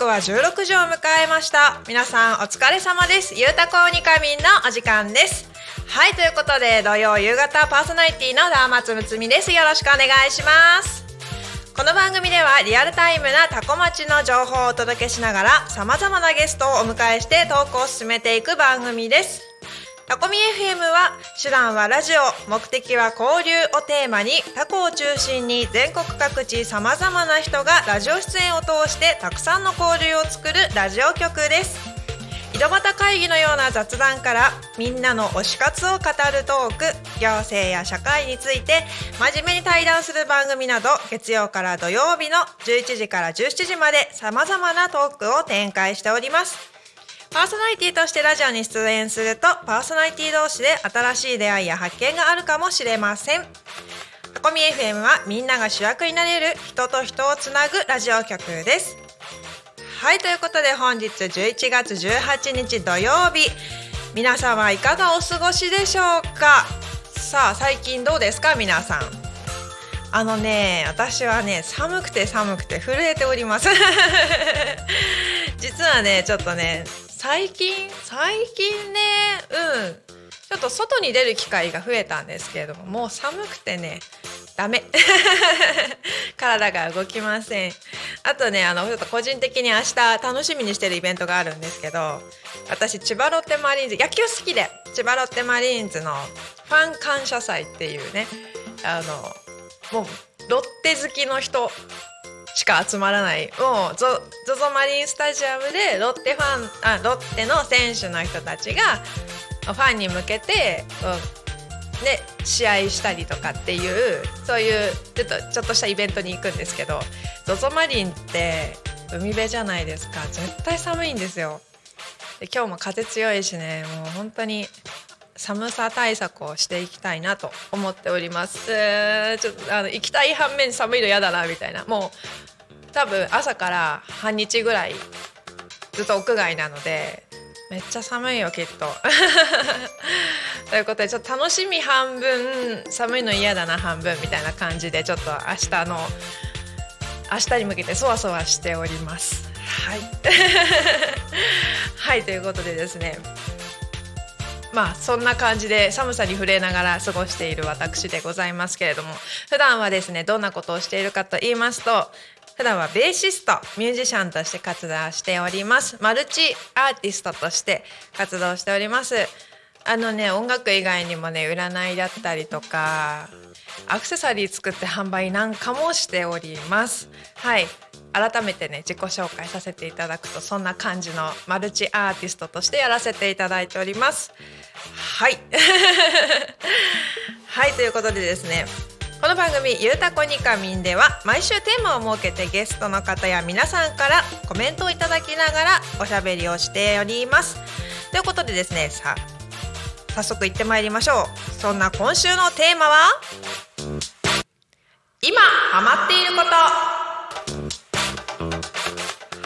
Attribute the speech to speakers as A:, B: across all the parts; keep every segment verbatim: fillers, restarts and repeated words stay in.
A: 刻はじゅうろくじを迎えました。皆さんお疲れ様です。ゆうたこにかみんのお時間です。はい、ということで土曜夕方パーソナリティのダーマツムツミです。よろしくお願いします。この番組ではリアルタイムなタコ町の情報をお届けしながら様々なゲストをお迎えしてトークを進めていく番組です。タコミ エフエム は手段はラジオ、目的は交流をテーマにタコを中心に全国各地様々な人がラジオ出演を通してたくさんの交流を作るラジオ局です。井戸端会議のような雑談からみんなの推し活を語るトーク、行政や社会について真面目に対談する番組など月曜から土曜日のじゅういちじからじゅうしちじまで様々なトークを展開しております。パーソナリティとしてラジオに出演するとパーソナリティ同士で新しい出会いや発見があるかもしれません。タコミ エフエム はみんなが主役になれる人と人をつなぐラジオ局です。はい、ということで本日じゅういちがつじゅうはちにち土曜日、皆さんはいかがお過ごしでしょうか。さあ最近どうですか皆さん。あのね、私はね寒くて寒くて震えております実はねちょっとね最近最近ねうんちょっと外に出る機会が増えたんですけれども、もう寒くてねダメ体が動きません。あとねあのちょっと個人的に明日楽しみにしてるイベントがあるんですけど、私千葉ロッテマリーンズ野球好きで千葉ロッテマリーンズのファン感謝祭っていうね、あのもうロッテ好きの人しか集まらない、もう ゾゾマリンスタジアムでロッテファンあロッテの選手の人たちがファンに向けて、うんね、試合したりとかっていうそういうちょっとちょっとしたイベントに行くんですけど、 ゾゾ マリンって海辺じゃないですか。絶対寒いんですよ。で今日も風強いしね、もう本当に寒さ対策をしていきたいなと思っております。ちょっとあの行きたい反面寒いの嫌だなみたいな、もう多分朝から半日ぐらいずっと屋外なのでめっちゃ寒いよきっとということでちょっと楽しみ半分寒いの嫌だな半分みたいな感じでちょっと明日の明日に向けてそわそわしております。はいはいということでですね、まあそんな感じで寒さに触れながら過ごしている私でございますけれども、普段はですねどんなことをしているかと言いますと、普段はベーシストミュージシャンとして活動しております。マルチアーティストとして活動しております。あのね音楽以外にもね占いだったりとかアクセサリー作って販売なんかもしております。はい、改めてね自己紹介させていただくとそんな感じのマルチアーティストとしてやらせていただいております。はいはいということでですね、この番組ゆうたこにかみんでは毎週テーマを設けてゲストの方や皆さんからコメントをいただきながらおしゃべりをしております。ということでですね、さあ早速行ってまいりましょう。そんな今週のテーマは今ハマっていること。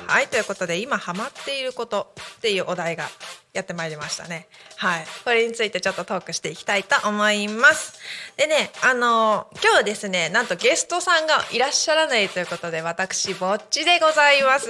A: はい、ということで今ハマっていることっていうお題がやってまいりましたね。はい、これについてちょっとトークしていきたいと思います。でね、あの今日ですねなんとゲストさんがいらっしゃらないということで私ぼっちでございます。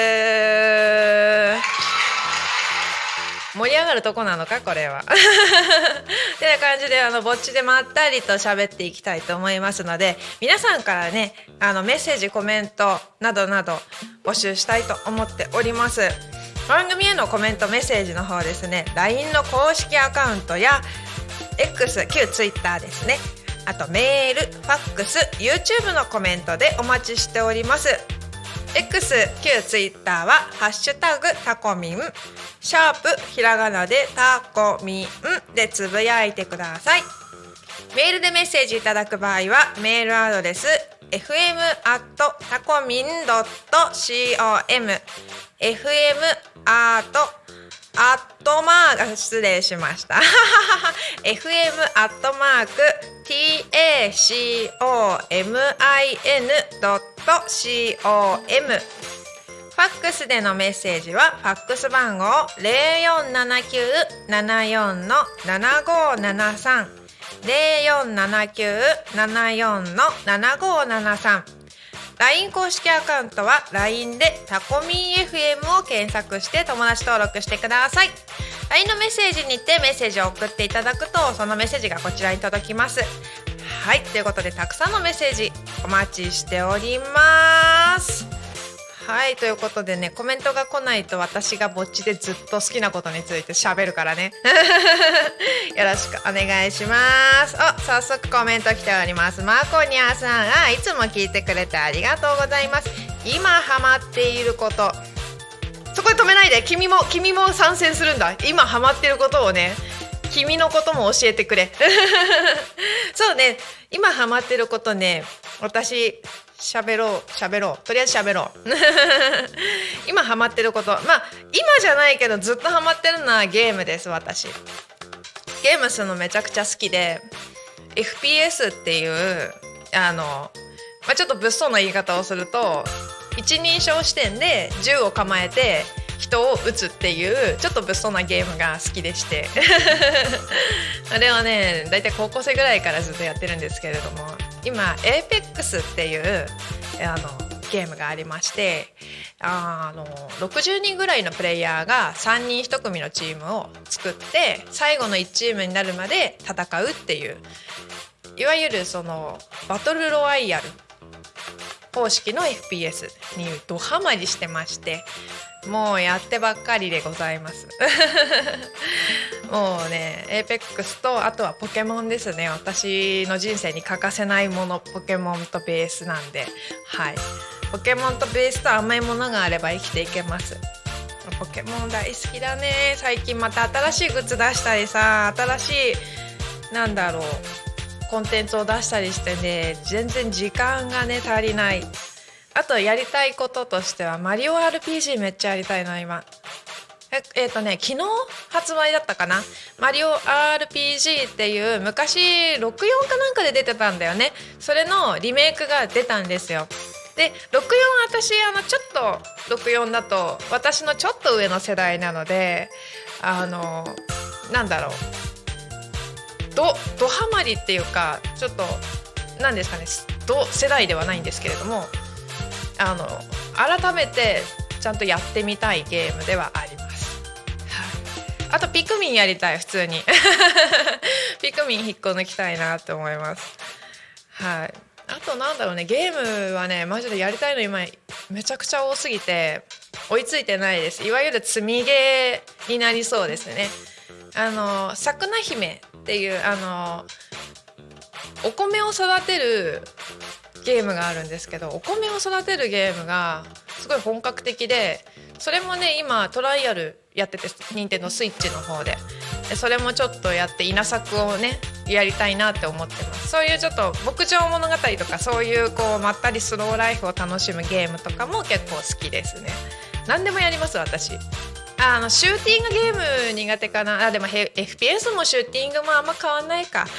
A: 盛り上がるとこなのかこれはってな感じであのぼっちでまったりと喋っていきたいと思いますので、皆さんからねあのメッセージコメントなどなど募集したいと思っております。番組へのコメントメッセージの方ですね、 ライン の公式アカウントや X 旧 Twitter ですね、あとメール、ファックス、YouTube のコメントでお待ちしております。X 旧 Twitter はハッシュタグタコミンシャープひらがなでタコミンでつぶやいてください。メールでメッセージいただく場合はメールアドレス エフエム アット タコミン ドット コム エフエム アットアットマーク失礼しましたエフエム アットマーク タコミン ドット コム。ファックスでのメッセージはファックス番号 ゼロよんななきゅう ななよん ななごななさん ゼロよんななきゅう ななよん ななごななさん。 ライン 公式アカウントは ライン でタコミー エフエム を検索して友達登録してください。 ライン のメッセージにてメッセージを送っていただくとそのメッセージがこちらに届きます。はい、ということでたくさんのメッセージお待ちしております。はい、ということでね、コメントが来ないと私がぼっちでずっと好きなことについて喋るからねよろしくお願いします。お、早速コメント来ております。マコニャさん、あ、いつも聞いてくれてありがとうございます。今ハマっていること、そこで止めないで、君も君も参戦するんだ。今ハマっていることをね、君のことも教えてくれそうね、今ハマってることね、私喋ろう喋ろうとりあえず喋ろう今ハマってること、まあ今じゃないけどずっとハマってるのはゲームです。私ゲームするのめちゃくちゃ好きで エフピーエス っていうあの、まあ、ちょっと物騒な言い方をすると一人称視点で銃を構えて人を撃つっていうちょっと物騒なゲームが好きでしてあれはね、だいたい高校生ぐらいからずっとやってるんですけれども、今 エーペックス っていうあのゲームがありまして、あのろくじゅうにんぐらいのプレイヤーがさんにんいち組のチームを作って最後のいちチームになるまで戦うっていう、いわゆるそのバトルロワイヤル方式の エフピーエス にドハマりしてまして、もうやってばっかりでございますもうね エーペックス とあとはポケモンですね。私の人生に欠かせないもの、ポケモンとベースなんで、はい、ポケモンとベースと甘いものがあれば生きていけます。ポケモン大好きだね。最近また新しいグッズ出したりさ、新しいなんだろうコンテンツを出したりしてね、全然時間がね足りない。あとやりたいこととしてはマリオ アールピージー めっちゃやりたいな今。ええーとね昨日発売だったかな、マリオ アールピージー っていう昔ろくじゅうよんかなんかで出てたんだよね。それのリメイクが出たんですよ。でろくじゅうよん、私あのちょっとろくじゅうよんだと私のちょっと上の世代なので、あのなんだろうドドハマりっていうか、ちょっとなんですかね、ド世代ではないんですけれども、あの改めてちゃんとやってみたいゲームではあります、はい、あとピクミンやりたい。普通にピクミン引っこ抜きたいなって思います、はい、あとなんだろうね、ゲームはねマジでやりたいの今めちゃくちゃ多すぎて追いついてないです。いわゆる積みゲーになりそうですね。あのさくな姫っていうあのお米を育てるゲームがあるんですけど、お米を育てるゲームがすごい本格的で、それもね今トライアルやってて任天堂スイッチの方で、でそれもちょっとやって稲作をねやりたいなって思ってます。そういうちょっと牧場物語とかそういうこうまったりスローライフを楽しむゲームとかも結構好きですね。何でもやります私。あのシューティングゲーム苦手かなあ。でも エフピーエス もシューティングもあんま変わんないか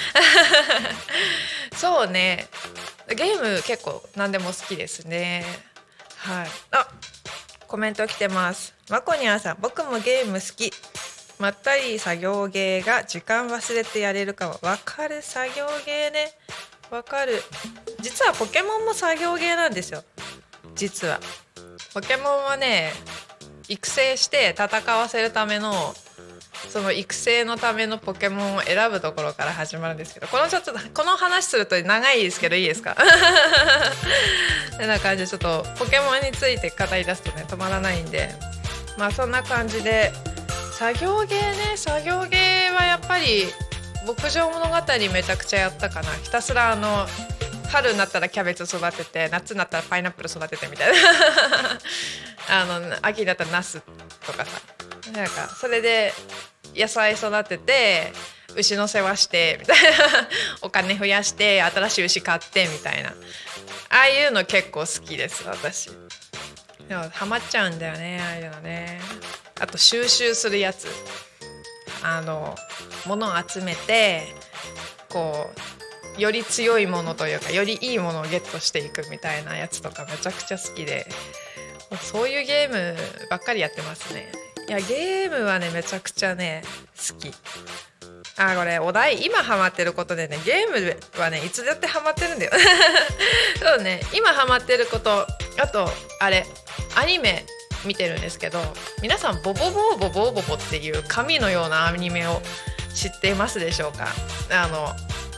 A: そうね、ゲーム結構何でも好きですね。はい、あコメント来てます。まこにゃんさん、僕もゲーム好き。まったり作業ゲーが時間忘れてやれるかも。わかる、作業ゲーね、わかる。実はポケモンも作業ゲーなんですよ。実はポケモンはね育成して戦わせるためのその育成のためのポケモンを選ぶところから始まるんですけど、このちょっとこの話すると長いですけどいいですかてな感じでちょっとポケモンについて語り出すとね止まらないんで、まあそんな感じで作業ゲーね、作業ゲーはやっぱり牧場物語めちゃくちゃやったかな。ひたすらあの春になったらキャベツ育てて、夏になったらパイナップル育ててみたいなあの秋になったらナスとかさ、なんかそれで野菜育てて牛の世話してみたいなお金増やして新しい牛買ってみたいな、ああいうの結構好きです私。でもハマっちゃうんだよねああいうのね。あと収集するやつ、あの物を集めてこうより強いものというかよりいいものをゲットしていくみたいなやつとかめちゃくちゃ好きで、そういうゲームばっかりやってますね。いやゲームはねめちゃくちゃね好き。 あ、これお題今ハマってることでね、ゲームはねいつだってハマってるんだよそうね、今ハマってること、あとあれアニメ見てるんですけど、皆さんボボボーボボーボボっていう神のようなアニメを知っていますでしょうか。あの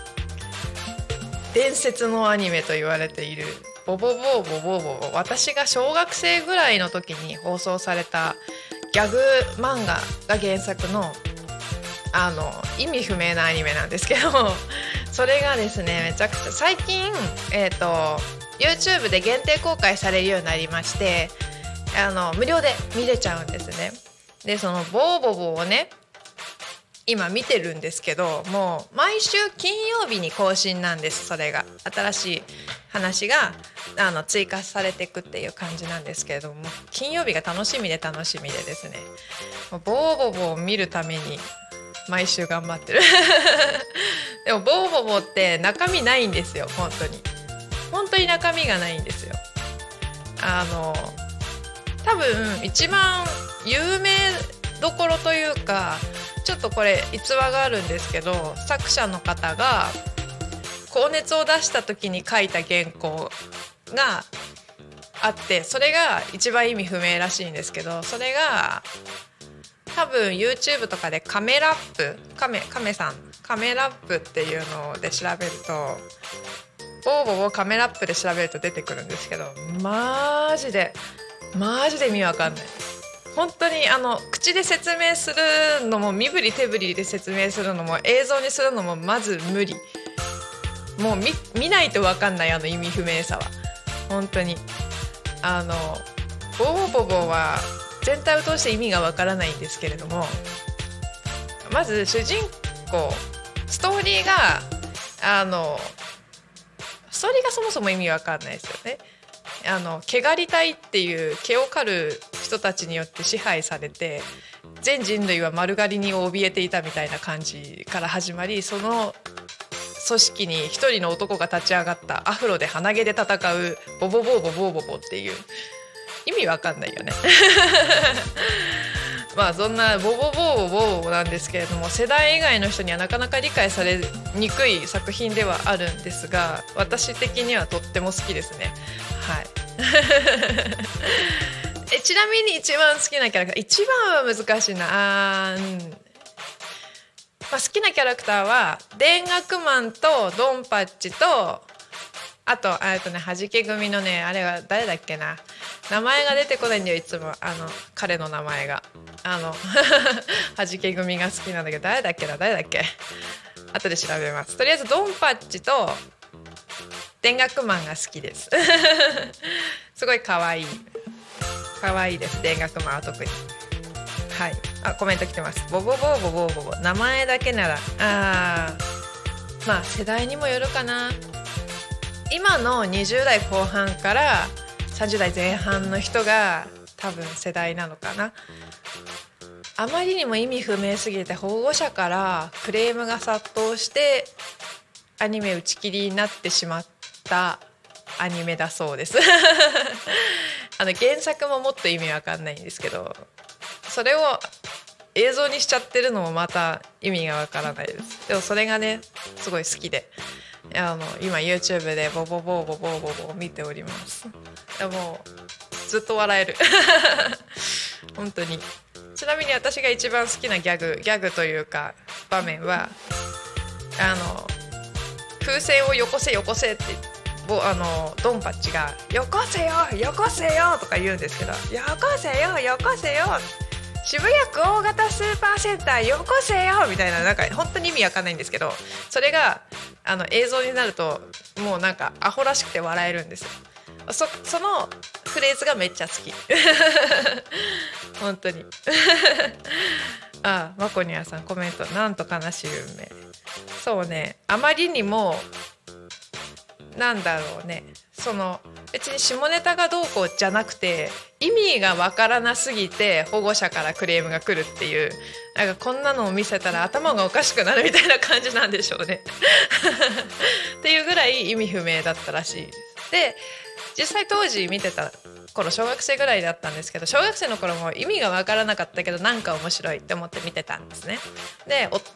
A: 伝説のアニメと言われているボボボーボボーボボ、私が小学生ぐらいの時に放送されたギャグ漫画が原作のあの意味不明なアニメなんですけどそれがですね、めちゃくちゃ最近、えーと、YouTube で限定公開されるようになりまして、あの無料で見れちゃうんですね。でそのボーボボをね今見てるんですけど、もう毎週金曜日に更新なんです。それが新しい話があの追加されていくっていう感じなんですけれども、金曜日が楽しみで楽しみでですね、ボーボボを見るために毎週頑張ってるでもボーボボって中身ないんですよ。本当に本当に中身がないんですよ。あの多分一番有名どころというか、ちょっとこれ逸話があるんですけど、作者の方が高熱を出した時に書いた原稿があって、それが一番意味不明らしいんですけど、それが多分 YouTube とかでカメラップカメカメさんカメラップっていうので調べると、ボーボボカメラップで調べると出てくるんですけど、マジでマジで意味わかんない。本当にあの口で説明するのも身振り手振りで説明するのも映像にするのもまず無理。もう 見, 見ないと分かんない、あの意味不明さは。本当にあのボーボボは全体を通して意味が分からないんですけれども、まず主人公ストーリーがあのストーリーがそもそも意味分かんないですよね。あの毛刈り隊っていう毛を刈る人たちによって支配されて、全人類は丸刈りに怯えていたみたいな感じから始まり、その組織に一人の男が立ち上がったアフロで鼻毛で戦うボボボーボボーボボっていう意味わかんないよねまあそんなボボボーボボーボボなんですけれども、世代以外の人にはなかなか理解されにくい作品ではあるんですが、私的にはとっても好きですね。はいえちなみに一番好きなキャラクター、一番は難しいなあ、うんまあ、好きなキャラクターは田楽マンとドンパッチと、あとあとねはじけ組のね、あれは誰だっけな、名前が出てこないんだよいつも、あの彼の名前があのはじけ組が好きなんだけど、誰だっけな誰だっけ後で調べます。とりあえずドンパッチと田楽マンが好きですすごい可愛い可愛いです、田楽マンは特に。はい、あコメント来てます。ボボボーボボーボボ、名前だけならあまあ世代にもよるかな。今のにじゅう代後半からさんじゅう代前半の人が多分世代なのかな。あまりにも意味不明すぎて保護者からクレームが殺到してアニメ打ち切りになってしまったアニメだそうですあの原作ももっと意味わかんないんですけど、それを映像にしちゃってるのもまた意味がわからないです。でもそれがねすごい好きで、あの今 YouTube でボボボーボボーボボを見ております。でもずっと笑える本当に。ちなみに私が一番好きなギャグギャグというか場面は、あの風船をよこせよこせってぼあのドンパッチがよこせよよこせよとか言うんですけど、よこせよよこせよ渋谷区大型スーパーセンターよこせよみたいな、なんか本当に意味わかんないんですけど、それがあの映像になるともうなんかアホらしくて笑えるんですよ。そ, そのフレーズがめっちゃ好き本当にあマコニアさんコメント、なんと悲しい運命。そうね、あまりにもなんだろうね、その別に下ネタがどうこうじゃなくて意味がわからなすぎて保護者からクレームが来るっていう、なんかこんなのを見せたら頭がおかしくなるみたいな感じなんでしょうねっていうぐらい意味不明だったらしいで、実際当時見てた頃小学生ぐらいだったんですけど、小学生の頃も意味がわからなかったけどなんか面白いって思って見てたんですね。で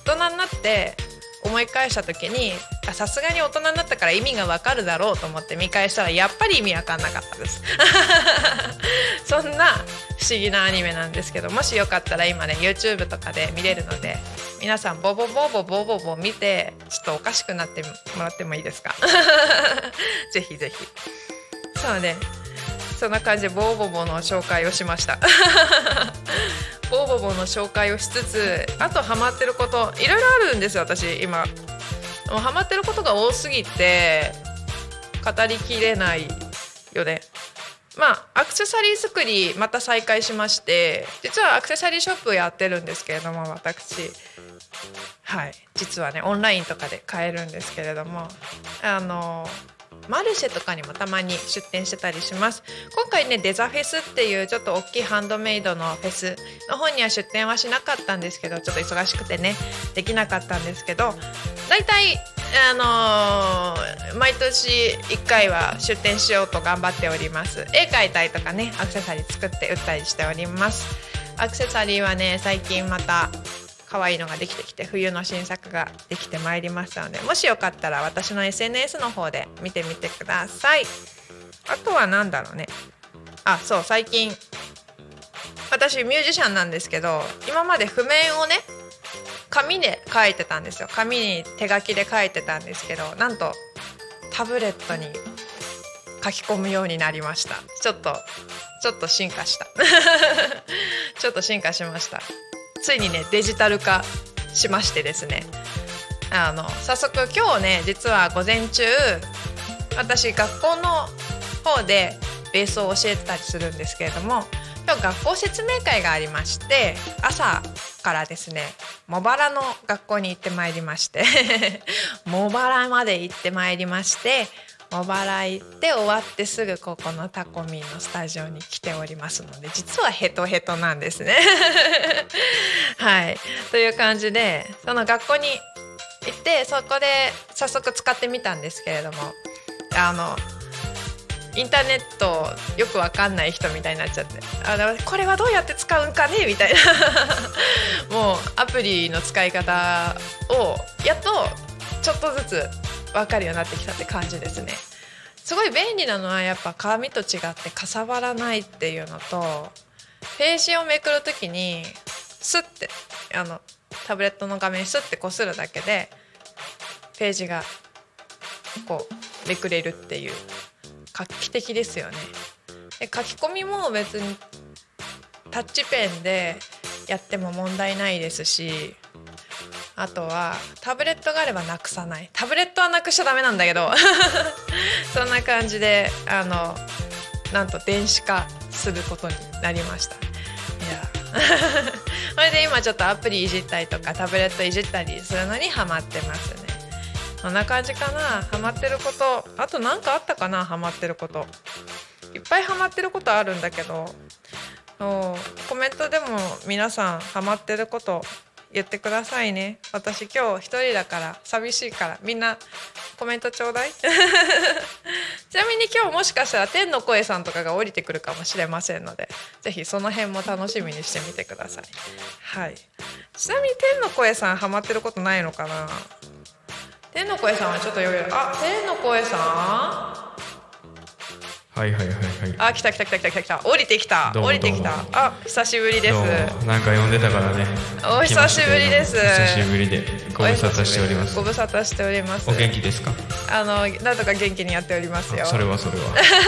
A: 大人になって思い返した時にさすがに大人になったから意味がわかるだろうと思って見返したらやっぱり意味わかんなかったですそんな不思議なアニメなんですけど、もしよかったら今ね YouTube とかで見れるので皆さんボボボボボボボ見てちょっとおかしくなってもらってもいいですかぜひぜひ。そうね、そんな感じでボーボボの紹介をしましたボーボボの紹介をしつつ、あとハマってることいろいろあるんですよ。私今もうハマってることが多すぎて語りきれないよね。まあアクセサリー作りまた再開しまして、実はアクセサリーショップやってるんですけれども、私はい実はねオンラインとかで買えるんですけれども、あのマルシェとかにもたまに出店してたりします。今回ねデザフェスっていうちょっと大きいハンドメイドのフェスの方には出店はしなかったんですけど、ちょっと忙しくてねできなかったんですけど、だいたいあのー、毎年いっかいは出店しようと頑張っております。絵描いたりとかねアクセサリー作って売ったりしております。アクセサリーはね最近また可愛いのができてきて冬の新作ができてまいりましたので、もしよかったら私の エスエヌエス の方で見てみてください。あとはなんだろうね、あそう最近私ミュージシャンなんですけど、今まで譜面をね紙で書いてたんですよ。紙に手書きで書いてたんですけど、なんとタブレットに書き込むようになりました。ちょっとちょっと進化したちょっと進化しました。ついにねデジタル化しましてですね、あの早速今日ね実は午前中私学校の方でベースを教えてたりするんですけれども、今日学校説明会がありまして、朝からですね茂原の学校に行ってまいりまして茂原まで行ってまいりまして茂原行って終わってすぐここのタコミンのスタジオに来ておりますので、実はヘトヘトなんですねはいという感じで、その学校に行ってそこで早速使ってみたんですけれども、あのインターネットよくわかんない人みたいになっちゃって、あのこれはどうやって使うんかねみたいなもうアプリの使い方をやっとちょっとずつ分かるようになってきたって感じですね。すごい便利なのはやっぱ紙と違ってかさばらないっていうのと、ページをめくるときにスッてあのタブレットの画面スッてこするだけでページがこうめくれるっていう画期的ですよね。で書き込みも別にタッチペンでやっても問題ないですし、あとはタブレットがあればなくさない。タブレットはなくしちゃダメなんだけどそんな感じであのなんと電子化することになりました。いやそれで今ちょっとアプリいじったりとかタブレットいじったりするのにハマってますね。そんな感じかな。ハマってること、あと何かあったかな。ハマってることいっぱいハマってることあるんだけど、コメントでも皆さんハマってること言ってくださいね。私今日一人だから寂しいからみんなコメントちょうだいちなみに今日もしかしたら天の声さんとかが降りてくるかもしれませんので、ぜひその辺も楽しみにしてみてください。はい。ちなみに天の声さんハマってることないのかな。天の声さんはちょっと余裕。あ、天の声さん
B: はいはいはいはい。
A: あ、来た来た来た来た来た来た。降りてきた。降りてきた。あ、久しぶりです。
B: なんか呼んでたからね。
A: お久しぶりです。
B: 久しぶりでご無沙汰しております。
A: ご無沙汰しております。
B: お元気ですか？
A: あの、なんとか元気にやっておりますよ。
B: それはそれは。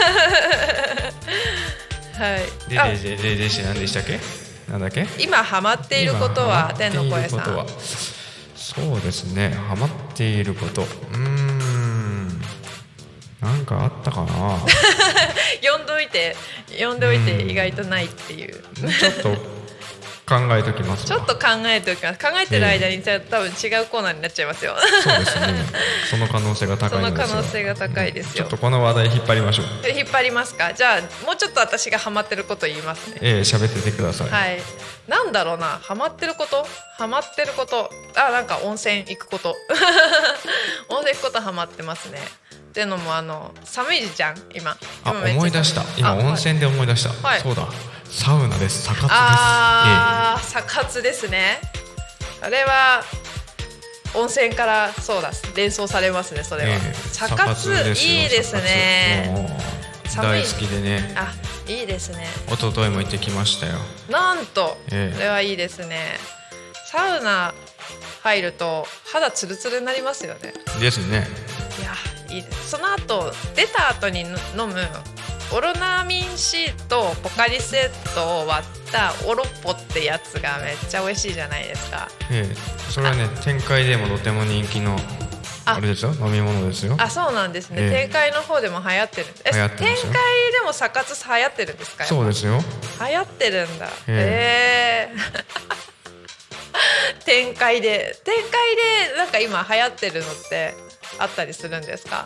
A: はい。
B: でででででし何でしたっけ？なんだっけ？
A: 今ハマっていることは天の声さん。
B: そうですね。ハマっていること。うーん。なんかあったかな
A: 呼んどいて呼んでおいて意外とないっていう、
B: ちょっと考えときます
A: ちょっと考えておきます。考えてる間にじゃあ多分違うコーナーになっちゃいますよ
B: そうですね。その可能性が高いんですよ。
A: その可能性が高いですよ。
B: ちょっとこの話題引っ張りましょう。
A: 引っ張りますか。じゃあもうちょっと私がハマってること言いますね。
B: ええ、喋っててください。
A: はい。なんだろうな、ハマってることハマってることあ、なんか温泉行くこと温泉行くことハマってますね。っていうのもあの寒いじゃん今。
B: あ、思い出した。今温泉で思い出した、はい、そうだ、サウナです。サ活です。
A: あー、ええ、サ活ですね。あれは温泉からそうだ連想されますねそれは、えー、サ活いいですね。
B: 大好きでね。
A: あ、いいですね。
B: 一昨日も行ってきましたよ。
A: なんと、
B: えー、
A: それはいいですね。サウナ入ると肌ツルツルになりますよね。
B: ですね。
A: いや、いいです。その後出た後に飲むオロナミン C とポカリスエットを割ったオロポってやつがめっちゃ美味しいじゃないですか。
B: ええ、それはね、展開でもとても人気のあれですよ、飲み物ですよ。
A: あ、そうなんですね、ええ、展開の方でも流行ってるんです。
B: 流行ってますよ。
A: 展開でもサ活流行ってるんですか。
B: そうですよ、
A: 流行ってるんだ。
B: え
A: えー、展開で展開でなんか今流行ってるのってあったりするんですか。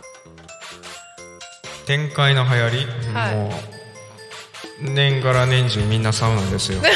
B: 展開の流行り、はい、もう年がら年中みんなサウナですよ。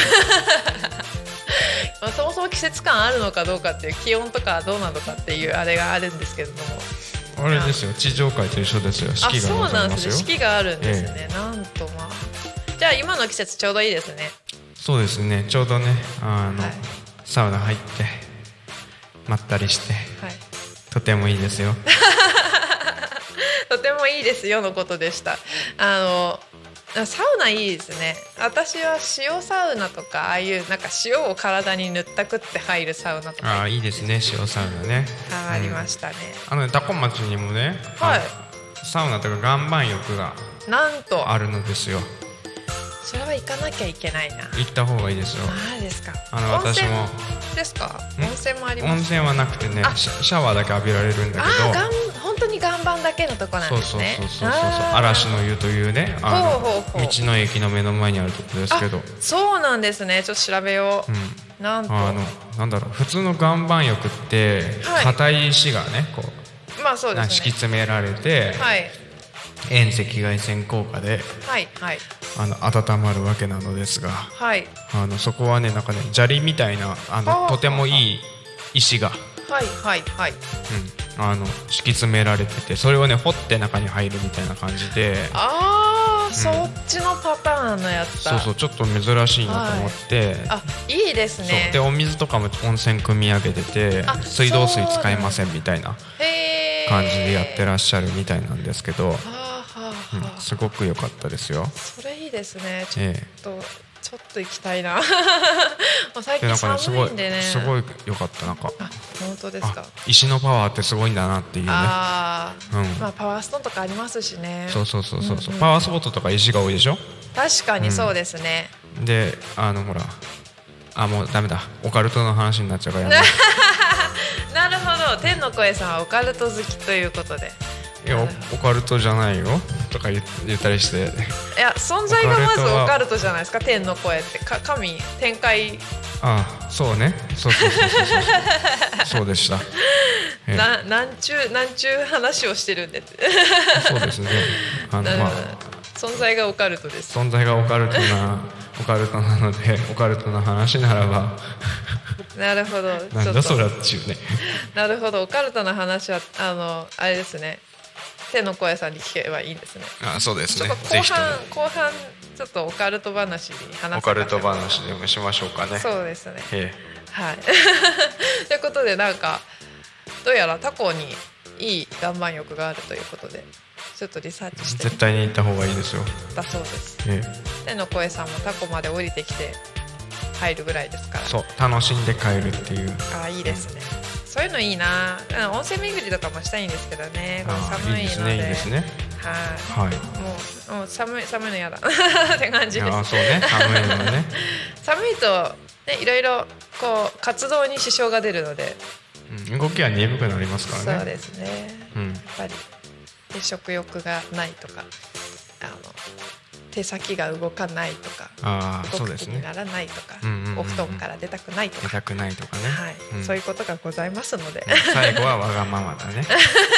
A: まあ、そもそも季節感あるのかどうかっていう気温とかどうなのかっていうあれがあるんですけれども、
B: あれですよ、地上界と一緒ですよ。四季がございますよ。
A: あ、そうなんですね。四季があるんですね、ええ、なんとまあじゃあ今の季節ちょうどいいですね。
B: そうですね、ちょうどね、あの、はい、サウナ入ってまったりして、はい、とてもいいですよ。
A: とてもいいですよのことでした。あのサウナいいですね。私は塩サウナとかああいうなんか塩を体に塗ったくって入るサウナとか、
B: あ、いいですね、塩サウナね。
A: あ、ありましたね、
B: うん、あの多古町にもね、
A: はい、
B: サウナとか岩盤浴が
A: なんと
B: あるのですよ。
A: それは行かなきゃいけないな。
B: 行った方がいいですよ。
A: あ、ですか。
B: あの私も
A: ですか。温泉もあります。
B: 温泉はなくてね、シャワーだけ浴びられるんだけど、
A: あ、本当に岩盤だけのとこなんですね。
B: そうそうそうそうそう、嵐の湯というね、あのほうほうほう、道の駅の目の前にあるところですけど。
A: そうなんですね。ちょっと調べよう、うん、なんと
B: あのなんだろう、普通の岩盤浴って硬い石がね、こ
A: う、まあそうですね、
B: 敷き詰められて、はい、遠赤外線効果で、はいはい、あの温まるわけなのですが、はい、あのそこはね、なんかね、砂利みたいなあのとてもいい石が、はいはいはい、うん、あの敷き詰められてて、それをね掘って中に入るみたいな感じで、
A: ああ、うん、そっちのパターンのやつだ。
B: そうそう、ちょっと珍しいなと思って、はい、
A: あ、いいですね。
B: でお水とかも温泉汲み上げてて、水道水使えませんみたいな感じでやってらっしゃるみたいなんですけど、うん、すごく良かったですよ。
A: それいいですね。ちょっと、ええ、ちょっと行きたいな。もう最近寒いんでね。
B: すごい良かった。なんか、
A: あ、本当ですか。
B: 石のパワーってすごいんだなっていうね。あ、
A: うん、まあパワーストーンとかありますしね。
B: そうそうそうそう、うんうん、パワースポットとか石が多いでしょ。
A: 確かにそうですね、
B: うん、で、あのほら、あ、もうダメだ、オカルトの話になっちゃうからやめ
A: なるほど、天の声さんはオカルト好きということで。
B: いや、オカルトじゃないよとか言ったりして、
A: いや、存在がまずオカルトじゃないですか。天の声ってか神、天界。
B: ああ、そうね、そうそうそうそうそうそうでした。
A: な、なんちゅうなんちゅう話をしてるんで
B: そうですね、あの、まあ、
A: 存在がオカルトです。
B: 存在がオカルトなオカルトなので、オカルトな話ならば
A: なるほど、
B: なんだそれっていうね。
A: なるほど、オカルトな話はあのあれですね、天の声さんに聞けばいいんですね。
B: あ、そうですね。
A: ちょっと後半後半ちょっとオカルト話に話す。
B: オカルト話でもしましょうかね。
A: そうですね。
B: え
A: え、はい。ということで、なんかどうやらタコにいい岩盤浴があるということで、ちょっとリサーチして。
B: 絶対に行った方がいいですよ。
A: だそうです。
B: ええ、
A: 天の声さんもタコまで降りてきて入るぐらいですから。
B: そう、楽しんで帰るっていう。
A: あ、いいですね。そういうのいいな。温泉巡りとかもしたいんですけどね。寒いので。いいですね、いいですね。はい。はい。もう、もう寒い寒いのやだって感じです。
B: あ、そうね、寒いのね。
A: 寒いとね、いろいろこう活動に支障が出るので、
B: うん、動きは鈍くなりますからね。
A: そうですね。うん、やっぱりで食欲がないとか、あの手先が動かないとか、
B: あ、
A: 動く気にならないとか、お布団から出たくないとか、
B: 出たくないとかね、
A: はい、うん、そういうことがございますので、
B: 最後はわがままだね。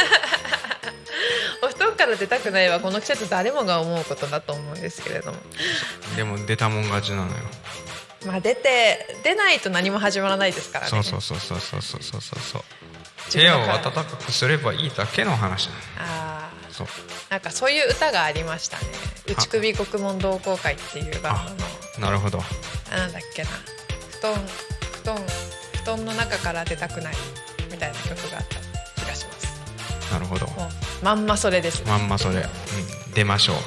A: お布団から出たくないはこの季節誰もが思うことだと思うんですけれども、
B: でも出たもん勝ちなのよ。
A: まあ出て出ないと何も始まらないですからね。
B: そうそうそうそうそうそうそうそう。部屋を暖かくすればいいだけの話なの。
A: ああ、そう。なんかそういう歌がありましたね。内首獄門同好会っていうバンドの。
B: なるほど。
A: なんだっけな。布団布団布団の中から出たくないみたいな曲があった気がします。
B: なるほど。
A: まんまそれです、ね、
B: まんまそれ、うん、出ましょう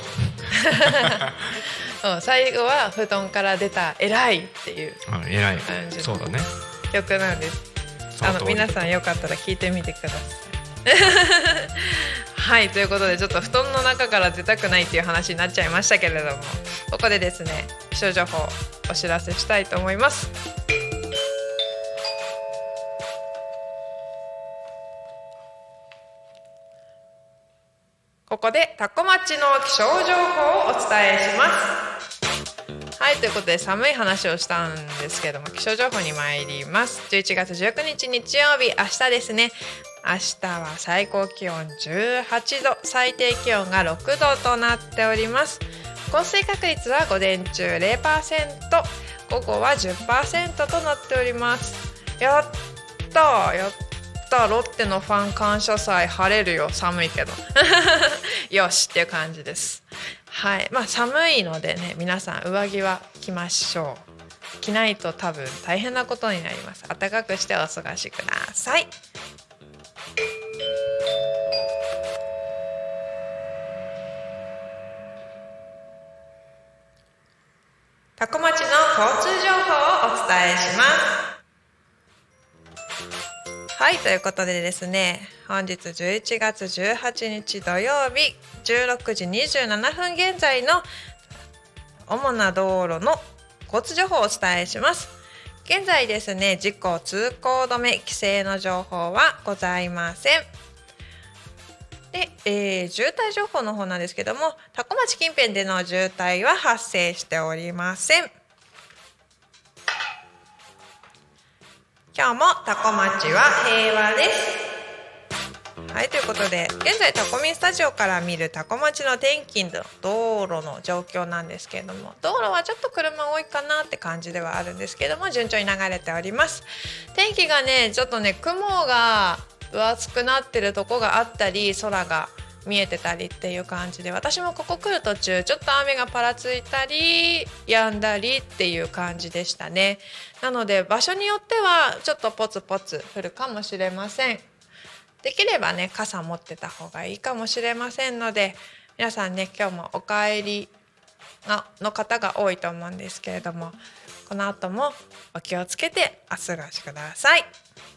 A: うん、最後は布団から出た偉いっていう感じの曲なんです。あの皆さんよかったら聞いてみてくださいはい、ということでちょっと布団の中から出たくないっていう話になっちゃいましたけれども、ここでですね気象情報お知らせしたいと思います。ここでタコ町の気象情報をお伝えします。はい、ということで寒い話をしたんですけども、気象情報に参ります。じゅういちがつじゅうくにち日曜日、明日ですね。明日は最高気温じゅうはちど、最低気温がろくどとなっております。降水確率は午前中 ゼロパーセント、午後は じゅっパーセント となっております。やったやったロッテのファン感謝祭晴れるよ、寒いけどよしっていう感じです。はい、まあ寒いのでね、皆さん上着は着ましょう。着ないと多分大変なことになります。暖かくしてお過ごしください。タコ町の交通情報をお伝えします。はい、ということでですね、本日じゅういちがつじゅうはちにち土曜日じゅうろくじにじゅうななふん現在の主な道路の交通情報をお伝えします。現在ですね、事故通行止め規制の情報はございません。で、えー、渋滞情報の方なんですけども、多古町近辺での渋滞は発生しておりません。今日も多古町は平和です。はい、ということで現在タコミンスタジオから見る多古町の天気の道路の状況なんですけれども、道路はちょっと車多いかなって感じではあるんですけども、順調に流れております。天気がねちょっとね雲が分厚くなってるとこがあったり、空が見えてたりっていう感じで、私もここ来る途中ちょっと雨がパラついたり止んだりっていう感じでしたね。なので場所によってはちょっとポツポツ降るかもしれません。できればね傘持ってた方がいいかもしれませんので、皆さんね今日もお帰りの方が多いと思うんですけれども、この後もお気をつけてお過ごしください。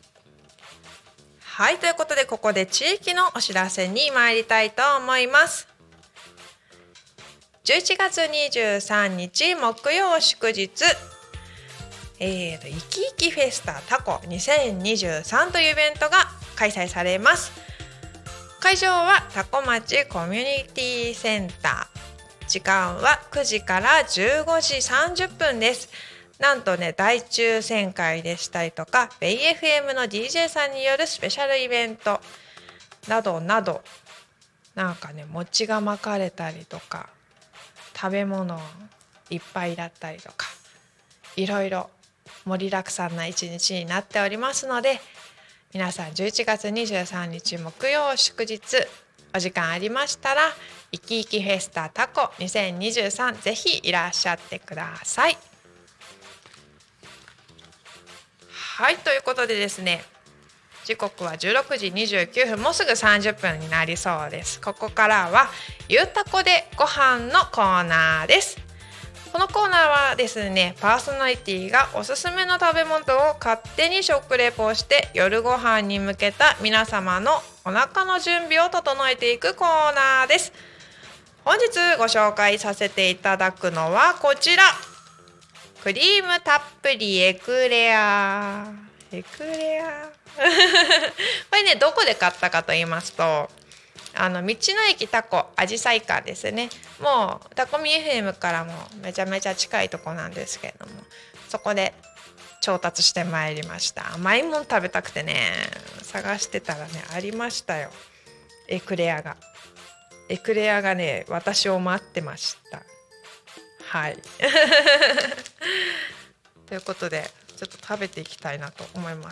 A: はい、ということでここで地域のお知らせに参りたいと思います。じゅういちがつにじゅうさんにち木曜祝日、えーと、いきいきフェスタタコにせんにじゅうさんというイベントが開催されます。会場はタコ町コミュニティセンター、時間はくじからじゅうごじさんじゅっぷんです。なんとね大抽選会でしたりとか、ベイ エフエム の ディージェー さんによるスペシャルイベントなどなど、なんかね餅が巻かれたりとか、食べ物いっぱいだったりとか、いろいろ盛りだくさんな一日になっておりますので、皆さんじゅういちがつにじゅうさんにち木曜祝日お時間ありましたら、いきいきフェスタタコにせんにじゅうさんぜひいらっしゃってください。はい、ということでですね、時刻はじゅうろくじにじゅうきゅうふん、もうすぐさんじゅっぷんになりそうです。ここからはゆうたこでご飯のコーナーです。このコーナーはですね、パーソナリティがおすすめの食べ物を勝手に食レポして夜ご飯に向けた皆様のお腹の準備を整えていくコーナーです。本日ご紹介させていただくのはこちら、クリームたっぷりエクレアエクレアこれねどこで買ったかと言いますと、あの道の駅タコあじさい館ですね。もうタコミ エフエム からもめちゃめちゃ近いとこなんですけれども、そこで調達してまいりました。甘いもん食べたくてね探してたらねありましたよ、エクレアがエクレアがね私を待ってました。はいということでちょっと食べていきたいなと思います。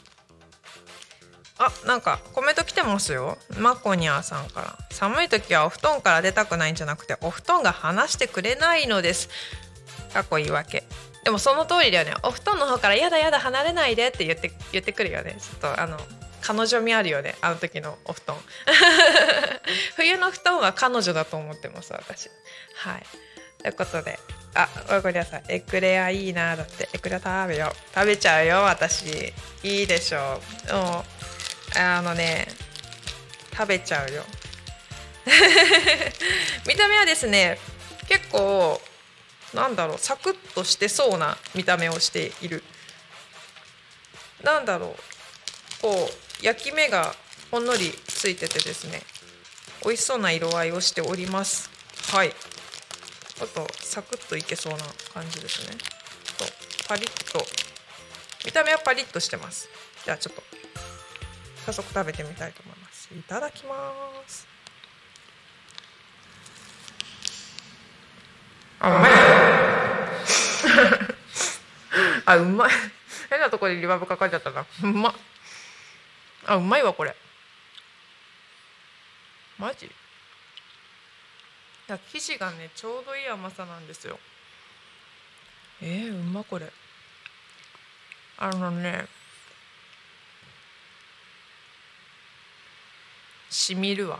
A: あ、なんかコメント来てますよ。マコニャーさんから、寒い時はお布団から出たくないんじゃなくてお布団が離してくれないのです。かっこいいわけ。 でもその通りだよね。お布団の方からやだやだ離れないでって言って言ってくるよね。ちょっとあの彼女味あるよね、あの時のお布団冬の布団は彼女だと思ってます私。はい、ということで、あ、ごめんなさい、エクレアいいな。だってエクレア食べよう、食べちゃうよ私。いいでしょう。もうあのね食べちゃうよ見た目はですね、結構なんだろう、サクッとしてそうな見た目をしている。なんだろう、こう焼き目がほんのりついててですね、美味しそうな色合いをしております。はい、ちょっとサクッといけそうな感じですね。とパリッと、見た目はパリッとしてます。じゃあちょっと早速食べてみたいと思います。いただきます。あ、うまいあ、うまい変なところでリバーブかかっちゃったな。うまっ。あ、うまいわこれ。マジ？いや、生地がねちょうどいい甘さなんですよ。えー、うまこれ。あのね、しみるわ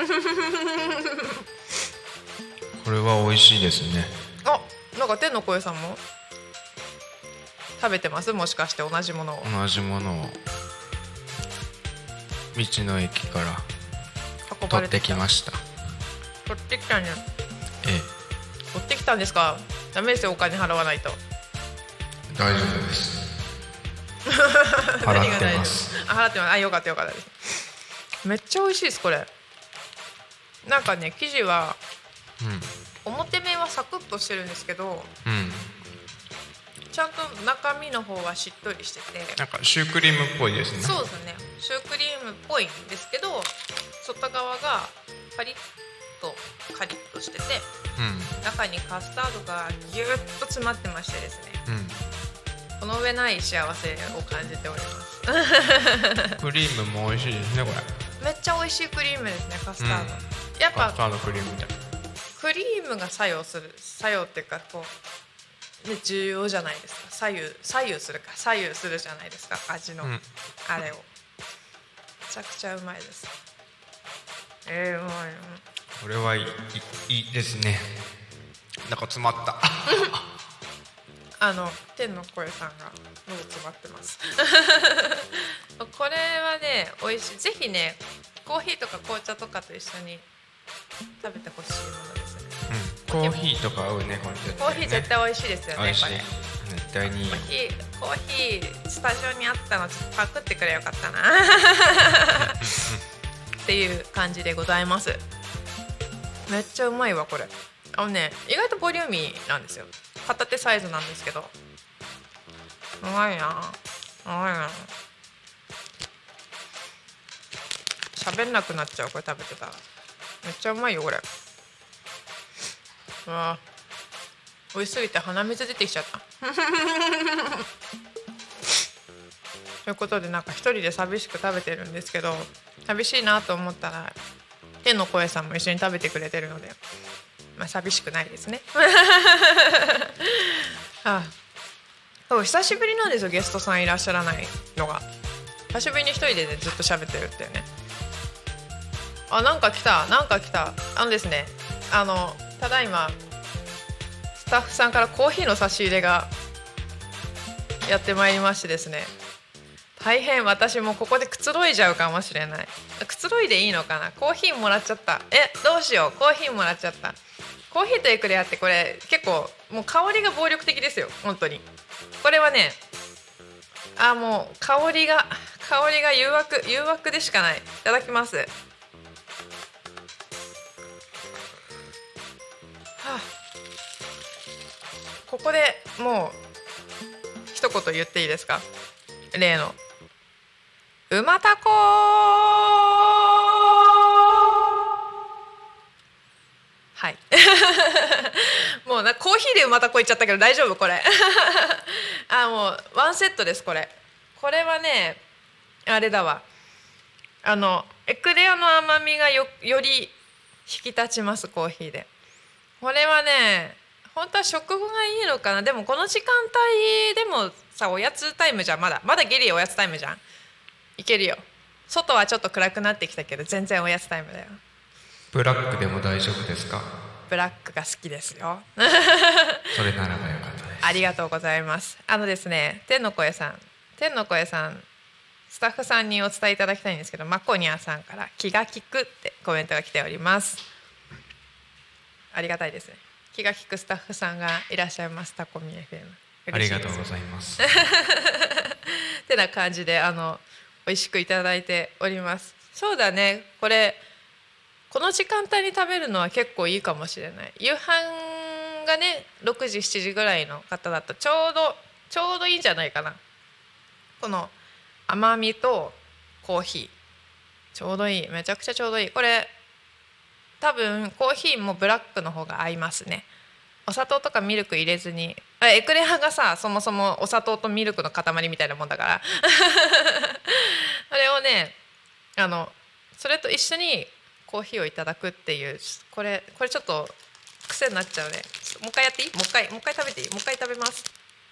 B: これは美味しいですね。
A: あ、なんか天の声さんも食べてます？もしかして同じものを。
B: 同じものを道の駅から取ってきました。
A: 取ってきたね。
B: ええ、
A: 取ってきたんですか？ダメですよ、お金払わないと。
B: 大丈夫です払ってます。
A: あ、払ってます。あ、よかったよかったです。めっちゃ美味しいですこれ。なんかね、生地は、うん、表面はサクッとしてるんですけど、うん、ちゃんと中身の方はしっとりしてて、
B: なんかシュークリームっぽいですね。
A: そうですね、シュークリームっぽいんですけど、外側がパリッとカリッとしてて、うん、中にカスタードがギュッと詰まってましてですね、うん、この上ない幸せを感じております
B: クリームも美味しいですねこれ。
A: めっちゃ美味しいクリームですね、カスタード、うん、やっぱ
B: カスタードクリームみたいな。
A: クリームが作用する、作用っていうかこう、ね、重要じゃないですか。左右左右するか左右するじゃないですか、味の、うん、あれを。めちゃくちゃうまいです。えー、うまい。
B: これはいい、いいですね。なんか詰まった
A: あの天の声さんが喉詰まってますこれはね美味しい。ぜひね、コーヒーとか紅茶とかと一緒に食べてほしいものですね、
B: うん、コーヒーとか合うねこれ、ね、
A: コーヒー絶対美味しいですよね。これ
B: 絶対にいい。
A: コーヒー、コーヒースタジオにあったのちょっとパクってくれよかったなっていう感じでございます。めっちゃうまいわこれ。あのね、意外とボリューミーなんですよ。片手サイズなんですけど、うまいな、うまいな。喋んなくなっちゃうこれ食べてたら。めっちゃうまいよこれ。うわ、美味しすぎて鼻水出てきちゃったということで、なんか一人で寂しく食べてるんですけど、寂しいなと思ったら天の声さんも一緒に食べてくれてるので、まあ、寂しくないですねああ、久しぶりなんですよ、ゲストさんいらっしゃらないのが。久しぶりに一人で、ね、ずっと喋ってるっていうね。あ、なんか来た、なんか来た。あのですね、あのただいまスタッフさんからコーヒーの差し入れがやってまいりましてですね、大変私もここでくつろいじゃうかもしれない。くつろいでいいのかな。コーヒーもらっちゃった。え、どうしよう、コーヒーもらっちゃった。コーヒーとエクレアってこれ結構もう香りが暴力的ですよ本当に。これはね、あ、もう香りが香りが誘惑誘惑でしかない。いただきます。はあ、ここでもう一言言っていいですか。例のうまたこはいもうな、コーヒーでうまたこいっちゃったけど大丈夫これあ、もうワンセットです。これこれはね、あれだわ、あのエクレアの甘みが よ, より引き立ちますコーヒーで。これはね本当は食後がいいのかな。でもこの時間帯でもさ、おやつタイムじゃん。まだまだギリおやつタイムじゃん。いけるよ。外はちょっと暗くなってきたけど全然おやつタイムだよ。
B: ブラックでも大丈夫ですか？
A: ブラックが好きですよ。
B: それならばよかったです。
A: ありがとうございます。あのですね、天の声さん天の声さんスタッフさんにお伝えいただきたいんですけど、マコニャさんから気が利くってコメントが来ております。ありがたいですね。気が利くスタッフさんがいらっしゃいます。タコミ エフエム。
B: ありがとうございます。
A: ってな感じであの美味しくいただいております。そうだね、これこの時間帯に食べるのは結構いいかもしれない。夕飯がねろくじしちじぐらいの方だとちょうどちょうどいいんじゃないかな。この甘みとコーヒーちょうどいい。めちゃくちゃちょうどいい。これ多分コーヒーもブラックの方が合いますね。お砂糖とかミルク入れずに、エクレアがさそもそもお砂糖とミルクの塊みたいなもんだからそれをねあのそれと一緒にコーヒーをいただくっていう、これこれちょっと癖になっちゃうね。もう一回やっていい？もう一回もう一回食べていい？もう一回食べます。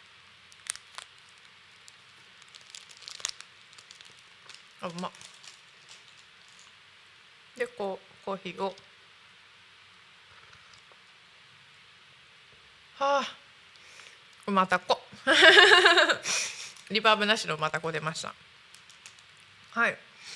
A: あ、うまっ。でこうコーヒーをはあ、うまたこリバーブなしのうまたこ出ました。はい。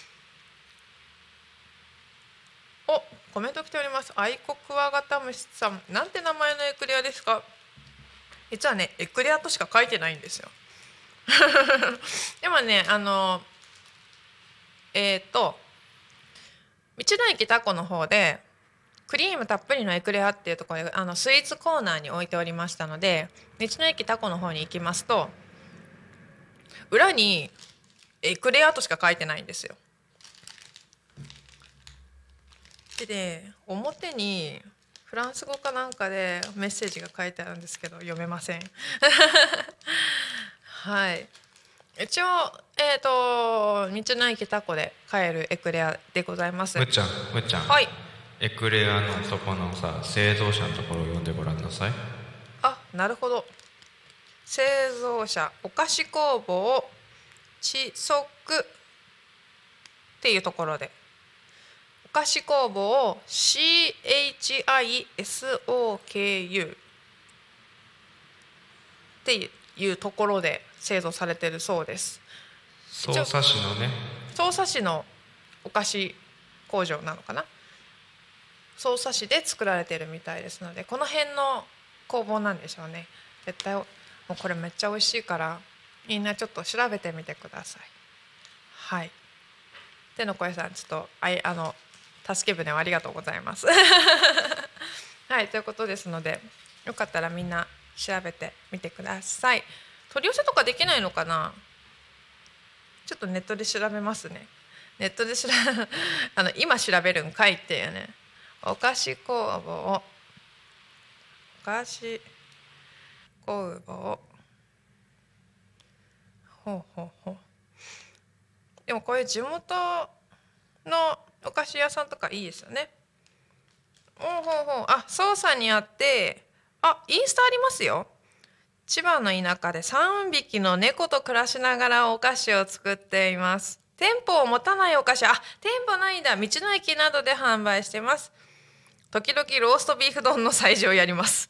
A: お、コメント来ております。愛国クワガタムシさん、なんて名前のエクレアですか？実はねエクレアとしか書いてないんですよでもねあのえっ、ー、と道の駅タコの方でクリームたっぷりのエクレアっていうところであのスイーツコーナーに置いておりましたので、道の駅タコの方に行きますと裏にエクレアとしか書いてないんですよ。でね、表にフランス語かなんかでメッセージが書いてあるんですけど読めませんはい。一応えっ、ー、と道の駅タコで買えるエクレアでございます。
B: むっちゃんむっちゃん、
A: はい、
B: エクレアのとこのさ製造者のところを読んでごらんなさい。
A: あ、なるほど。製造者お菓子工房ちそくっていうところで、お菓子工房 シーエイチアイエスオーケーユー っていうところで製造されているそうです。
B: 匝瑳市のね、
A: 匝瑳市のお菓子工場なのかな。匝瑳市で作られているみたいですので、この辺の工房なんでしょうね。絶対もうこれめっちゃ美味しいからみんなちょっと調べてみてください。はい。天の声さんちょっとあいあの助け舟をありがとうございますはい、ということですのでよかったらみんな調べてみてください。取り寄せとかできないのかな。ちょっとネットで調べますね。ネットで調べあの今調べるんかいっていうね。お菓子工房お菓子工房ほうほうほう。でもこういう地元のお菓子屋さんとかいいですよね。ほうほうほう。あ、捜査にあって、あ、インスタありますよ。千葉の田舎でさんびきの猫と暮らしながらお菓子を作っています。店舗を持たないお菓子、あ、店舗ないんだ。道の駅などで販売してます。時々ローストビーフ丼の催事をやります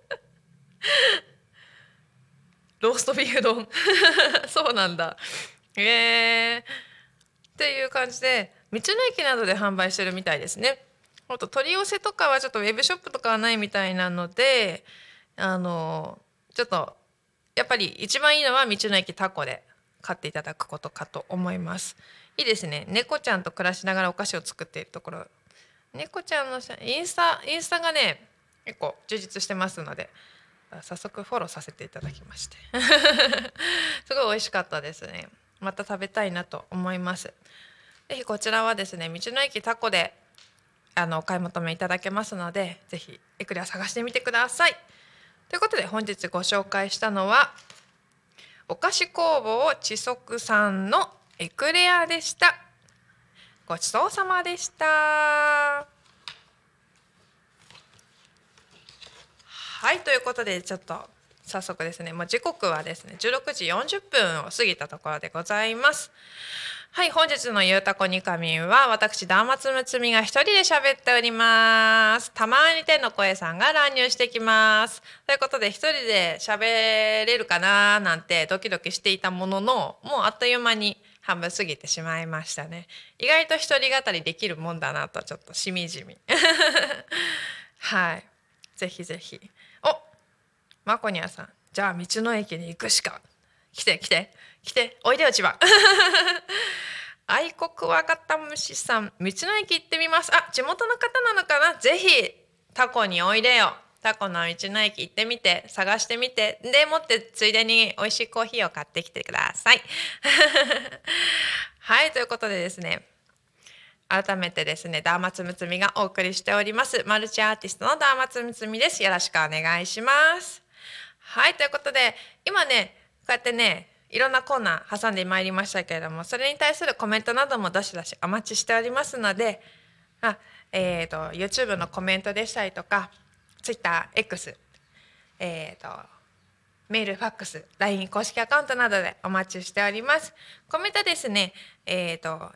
A: ローストビーフ丼そうなんだ。へえー、っていう感じで道の駅などで販売してるみたいですね。あと取り寄せとかはちょっとウェブショップとかはないみたいなので、あのちょっとやっぱり一番いいのは道の駅タコで買っていただくことかと思います。いいですね。猫ちゃんと暮らしながらお菓子を作っているところ、猫ちゃんのインスタインスタがね結構充実してますので早速フォローさせていただきましてすごい美味しかったですね。また食べたいなと思います。ぜひこちらはですね道の駅タコであのお買い求めいただけますので、ぜひエクレア探してみてください。ということで本日ご紹介したのはお菓子工房ちそくさんのエクレアでした。ごちそうさまでした。 はい、ということでちょっと早速ですね、もう時刻はですねじゅうろくじよんじゅっぷんを過ぎたところでございます。はい、本日のゆうたこにかみんは私ダーマツムツミが一人で喋っております。たまに天の声さんが乱入してきます。ということで一人で喋れるかななんてドキドキしていたものの、もうあっという間に半分過ぎてしまいましたね。意外と一人語りできるもんだなとちょっとしみじみはい、ぜひぜひ。お、マコニャさん、じゃあ道の駅に行くしか。来て来て来て、おいでよ千葉愛国わかった虫さん、道の駅行ってみます。あ、地元の方なのかな。ぜひタコにおいでよ。タコの道の駅行ってみて、探してみて、でもってついでに美味しいコーヒーを買ってきてくださいはい、ということでですね、改めてですね、ダーマツムツミがお送りしておりますマルチアーティストのダーマツムツミです。よろしくお願いします。はい、ということで今ね、こうやってねいろんなコーナー挟んでまいりましたけれども、それに対するコメントなどもどしどしお待ちしておりますので、あ、えー、と YouTube のコメントでしたりとか TwitterX、えー、とメール、ファックス、ライン 公式アカウントなどでお待ちしております。コメントですね、えー、と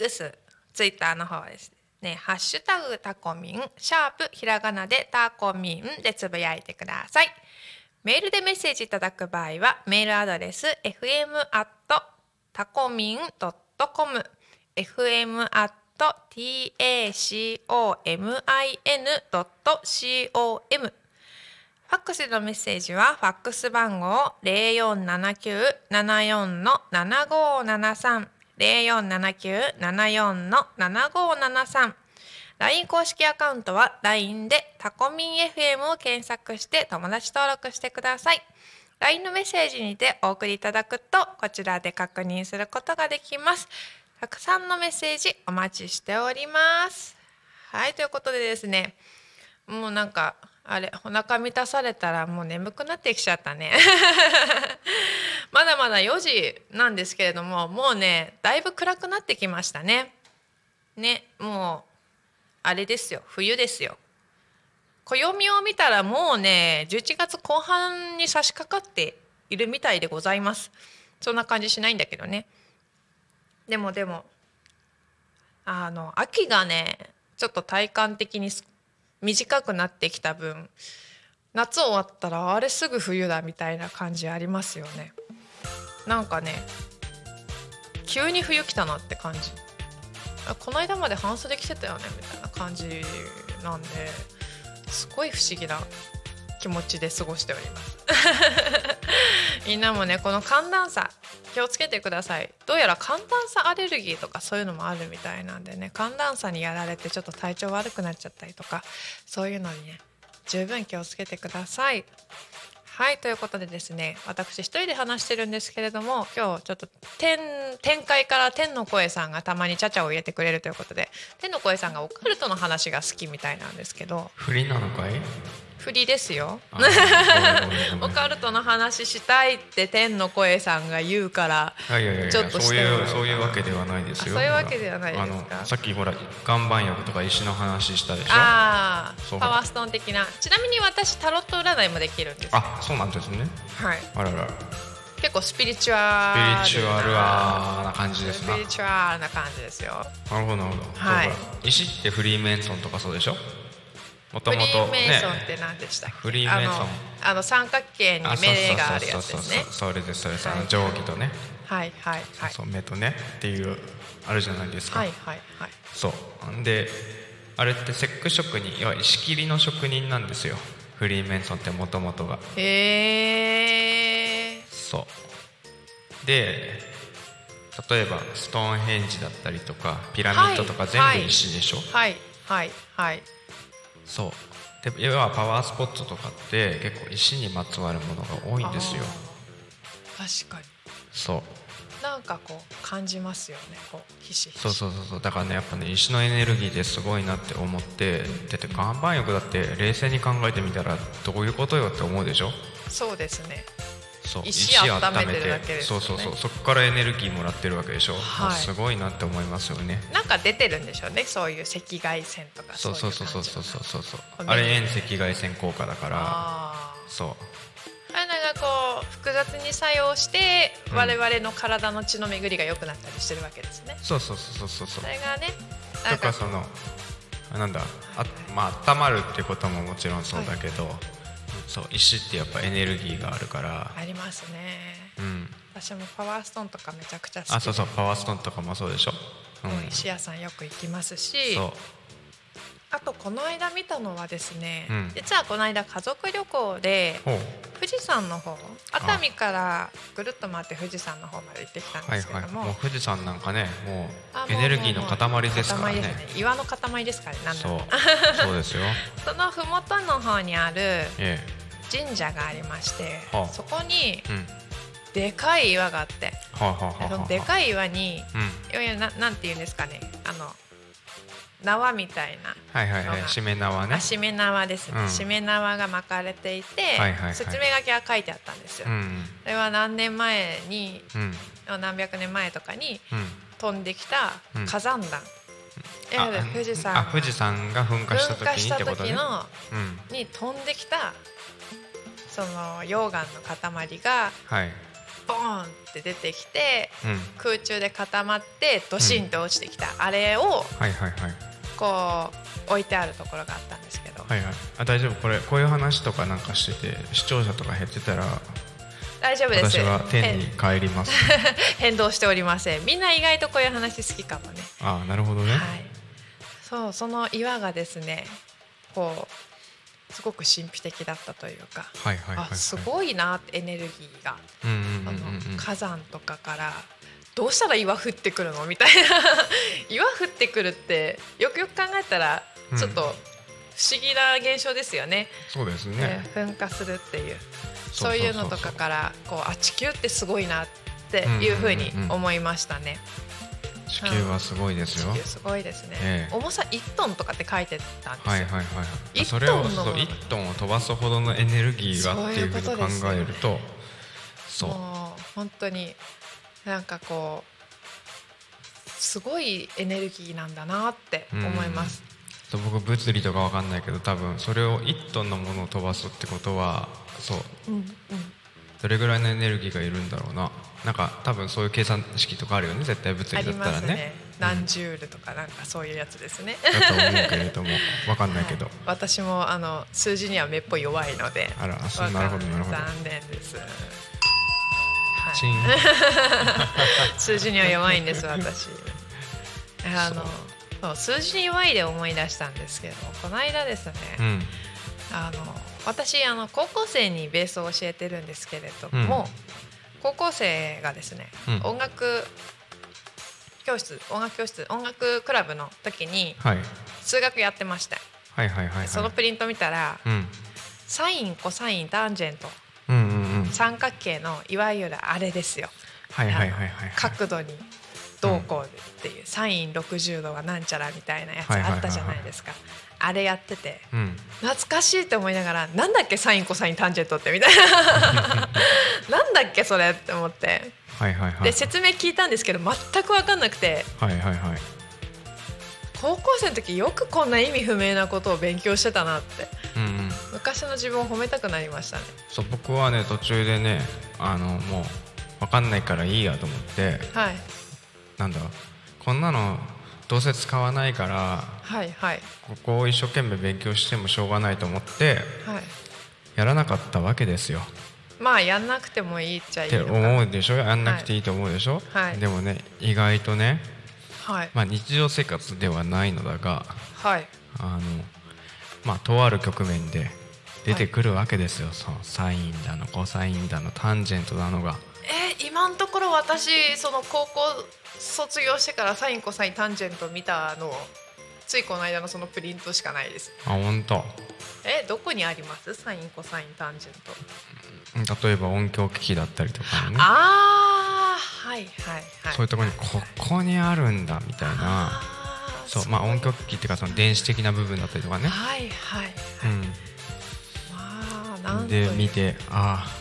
A: X、Twitter の方ですね、ハッシュタグタコミン、シャープひらがなでタコミンでつぶやいてください。メールでメッセージいただく場合はメールアドレス エフエム アット タコミン ドット コム エフエム アット タコミン ドット コム。 ファックスのメッセージはファックス番号 ゼロよんななきゅう ななよん ななごななさん ゼロよんななきゅう ななよん ななごななさん。ライン 公式アカウントは ライン でタコミン エフエム を検索して友達登録してください。 ライン のメッセージにてお送りいただくとこちらで確認することができます。たくさんのメッセージお待ちしております。はい、ということでですね、もうなんかあれ、お腹満たされたらもう眠くなってきちゃったねまだまだよじなんですけれども、もうねだいぶ暗くなってきましたね。ね、もうあれですよ、冬ですよ。暦を見たらもうねじゅういちがつこう半に差し掛かっているみたいでございます。そんな感じしないんだけどね。でもでもあの秋がねちょっと体感的に短くなってきた分、夏終わったらあれすぐ冬だみたいな感じありますよね。なんかね急に冬来たなって感じ。この間まで半袖着てたよねみたいな感じなんで、すごい不思議な気持ちで過ごしておりますみんなもねこの寒暖差気をつけてください。どうやら寒暖差アレルギーとかそういうのもあるみたいなんでね、寒暖差にやられてちょっと体調悪くなっちゃったりとか、そういうのにね十分気をつけてください。はい、ということでですね、私一人で話してるんですけれども、今日ちょっと天展開から天の声さんがたまにちゃちゃを入れてくれるということで、天の声さんがオカルトの話が好きみたいなんですけど。
B: 振りなのかい？
A: 振りですよオカルトの話したいって天の声さんが言うからちょっとしてもらおうかな。
B: そういうわけではないですよ。
A: そういうわけではないですか。
B: あのさっきほら岩盤浴とか石の話したでしょ。
A: ああ、パワーストーン的な。ちなみに私タロット占いもできるんです。
B: あ、そうなんですね。
A: はい。
B: あらら、
A: 結構スピリチュアル
B: スピリチュアルな感じですね。
A: スピリチュアルな感じですよ。
B: なるほどなるほど、
A: はい、
B: 石ってフリーメイソンとかそうでしょ。もともと
A: フリーメイソンって何でしたっけ？
B: フリーメイソン、
A: あの、あの三角形に目があるやつですね。
B: それですそれです、はい、あの定規とね、
A: はいはいはい、
B: そう目とねっていうあるじゃないですか。
A: はいはいはい。
B: そうで、あれって節句職人、要は石切りの職人なんですよ、フリーメイソンってもともとが。
A: へえ。
B: そうで、例えばストーンヘンジだったりとかピラミッドとか全部石でしょ。
A: はいはいはい。
B: そうで、要はパワースポットとかって結構石にまつわるものが多いんですよ。
A: 確かに。
B: そう
A: なんかこう感じますよね、こうひしひし。
B: そうそうそう、だからねやっぱね石のエネルギーですごいなって思って、だって岩盤浴だって冷静に考えてみたらどういうことよって思うでしょ。
A: そうですね。
B: そう
A: 石温めてるだけですよね。
B: そうそうそう、そこからエネルギーもらってるわけでしょ、はい、すごいなって思いますよね。
A: なんか出てるんでしょうね、そういう赤外線とか。
B: そうそうそうそうそうそうそう、あれ遠赤外線効果だから。あ、そう
A: あれなんかこう複雑に作用して、うん、我々の体の血の巡りが良くなったりしてるわけですね。
B: そうそうそうそうそう。
A: それがね、
B: だからそのなんだ、あ、まあ温まるってことももちろんそうだけど、はい、そう、石ってやっぱエネルギーがあるから。
A: ありますね、
B: うん、
A: 私もパワーストーンとかめちゃくちゃ好きで。
B: あ、そうそう、パワーストーンとかもそうでしょ、
A: うん、石屋さんよく行きますし、そう、あとこの間見たのはですね、うん、実はこの間家族旅行で富士山の方、熱海からぐるっと回って富士山の方まで行ってきたんですけども、はいはい、
B: もう富士山なんかね、もうエネルギーの塊ですからね。
A: 塊ですね、岩の塊ですからね。なんだろう、
B: そうそうですよ
A: そのふもとの方にある神社がありまして、はあ、そこにでかい岩があって、はあはあはあ、そのでかい岩に、うん、な, なんていうんですかね、あの縄みたいな、
B: はいはいはい、しめ縄ね。
A: あ、しめ縄ですね、うん、しめ縄が巻かれていて、はいはいはい、説明書きが書いてあったんですよ、うん、それは何年前に、うん、何百年前とかに飛んできた火山弾、うん、いわゆる富士山が、
B: あ、富士山が噴火した時にってことね。
A: 噴火した時の、うん、に飛んできたその溶岩の塊が、はい、ボーンって出てきて、うん、空中で固まってドシンと落ちてきた、うん、あれを、はいはいはい、こう置いてあるところがあったんですけど、
B: はいはい、あ、大丈夫、これこういう話とかなんかしてて視聴者とか減ってたら
A: 大丈夫です。
B: 私は天に帰ります、ね、
A: 変動しておりません。みんな意外とこういう話好きかもね。
B: あ、なるほどね、はい、
A: そう、その岩がですね、こうすごく神秘的だったというか、はいはいはいはい、あ、すごいなってエネルギーが、うんうんうんうん、火山とかからどうしたら岩降ってくるのみたいな岩降ってくるってよくよく考えたらちょっと不思議な現象ですよね、
B: うん、そうですね、
A: えー、噴火するっていう、そういうのとかからこう、あ、地球ってすごいなっていうふうに思いましたね、
B: うんうんうん、地球はすごいですよ、
A: 地球すごいですね、ええ、重さいちトンとかって書いてたんですよ、はいはいはい、
B: それをそういちトンを飛ばすほどのエネルギーがっていうふうに考えると、
A: そう、もう本当になんかこうすごいエネルギーなんだなって思います。
B: そう、僕物理とか分かんないけど、多分それをいちトンのものを飛ばすってことは、そう、うんうん、どれぐらいのエネルギーがいるんだろうな。なんか多分そういう計算式とかあるよね、絶対物理だったら ね,
A: ありますね、何ジュールとかなんかそういうやつですね、
B: だと思うけれども分かんないけど、はい、
A: 私もあの数字にはめっぽい弱いので、
B: あら、そう、なるほどなるほど、
A: 残念です、はい、
B: 数
A: 字には弱いんです私あのそう、数字に弱いで思い出したんですけど、この間ですね、うん、あの私あの高校生にベースを教えてるんですけれども、うん、高校生がですね、うん、音楽教室音楽教室音楽クラブの時に数学やってました、はいはいはいはいはい、そのプリント見たら、うん、サインコサインタンジェント、うんうんうん、三角形のいわゆるあれですよ、はいはいはいはい、角度にどうこうっていう、うん、サインろくじゅうどはなんちゃらみたいなやつあったじゃないですか、はいはいはいはい、あれやってて、うん、懐かしいって思いながら、なんだっけサインコサインタンジェントってみたいななんだっけそれって思って、はいはいはい、で説明聞いたんですけど全く分かんなくて、はいはいはい、高校生の時よくこんな意味不明なことを勉強してたなって、うんうん、昔の自分を褒めたくなりましたね。
B: そう、僕はね途中でね、あのもう分かんないからいいやと思って、はい、なんだこんなのどうせ使わないから、はいはい、ここを一生懸命勉強してもしょうがないと思って、はい、やらなかったわけですよ。
A: まあやんなくてもいいっちゃいいのか
B: って思うでしょ、やんなくていいと思うでしょ、はい、でもね意外とね、はい、まあ、日常生活ではないのだが、はい、あのまあ、とある局面で出てくるわけですよ、はい、そのサインだのコサインだのタンジェントだのが。
A: えー、今のところ私その高校卒業してからサインコサインタンジェント見たのついこの間のそのプリントしかないです。
B: あ、本当。
A: え、どこにありますサインコサインタンジェン
B: ト。例えば音響機器だったりとかね。
A: あー、はいはいはい、
B: そういうところにここにあるんだみたいな。そう、まあ、音響機器っていうかその電子的な部分だったりとかね。
A: はいはいはい、
B: うん、
A: まあ、なんという
B: で見て、ああ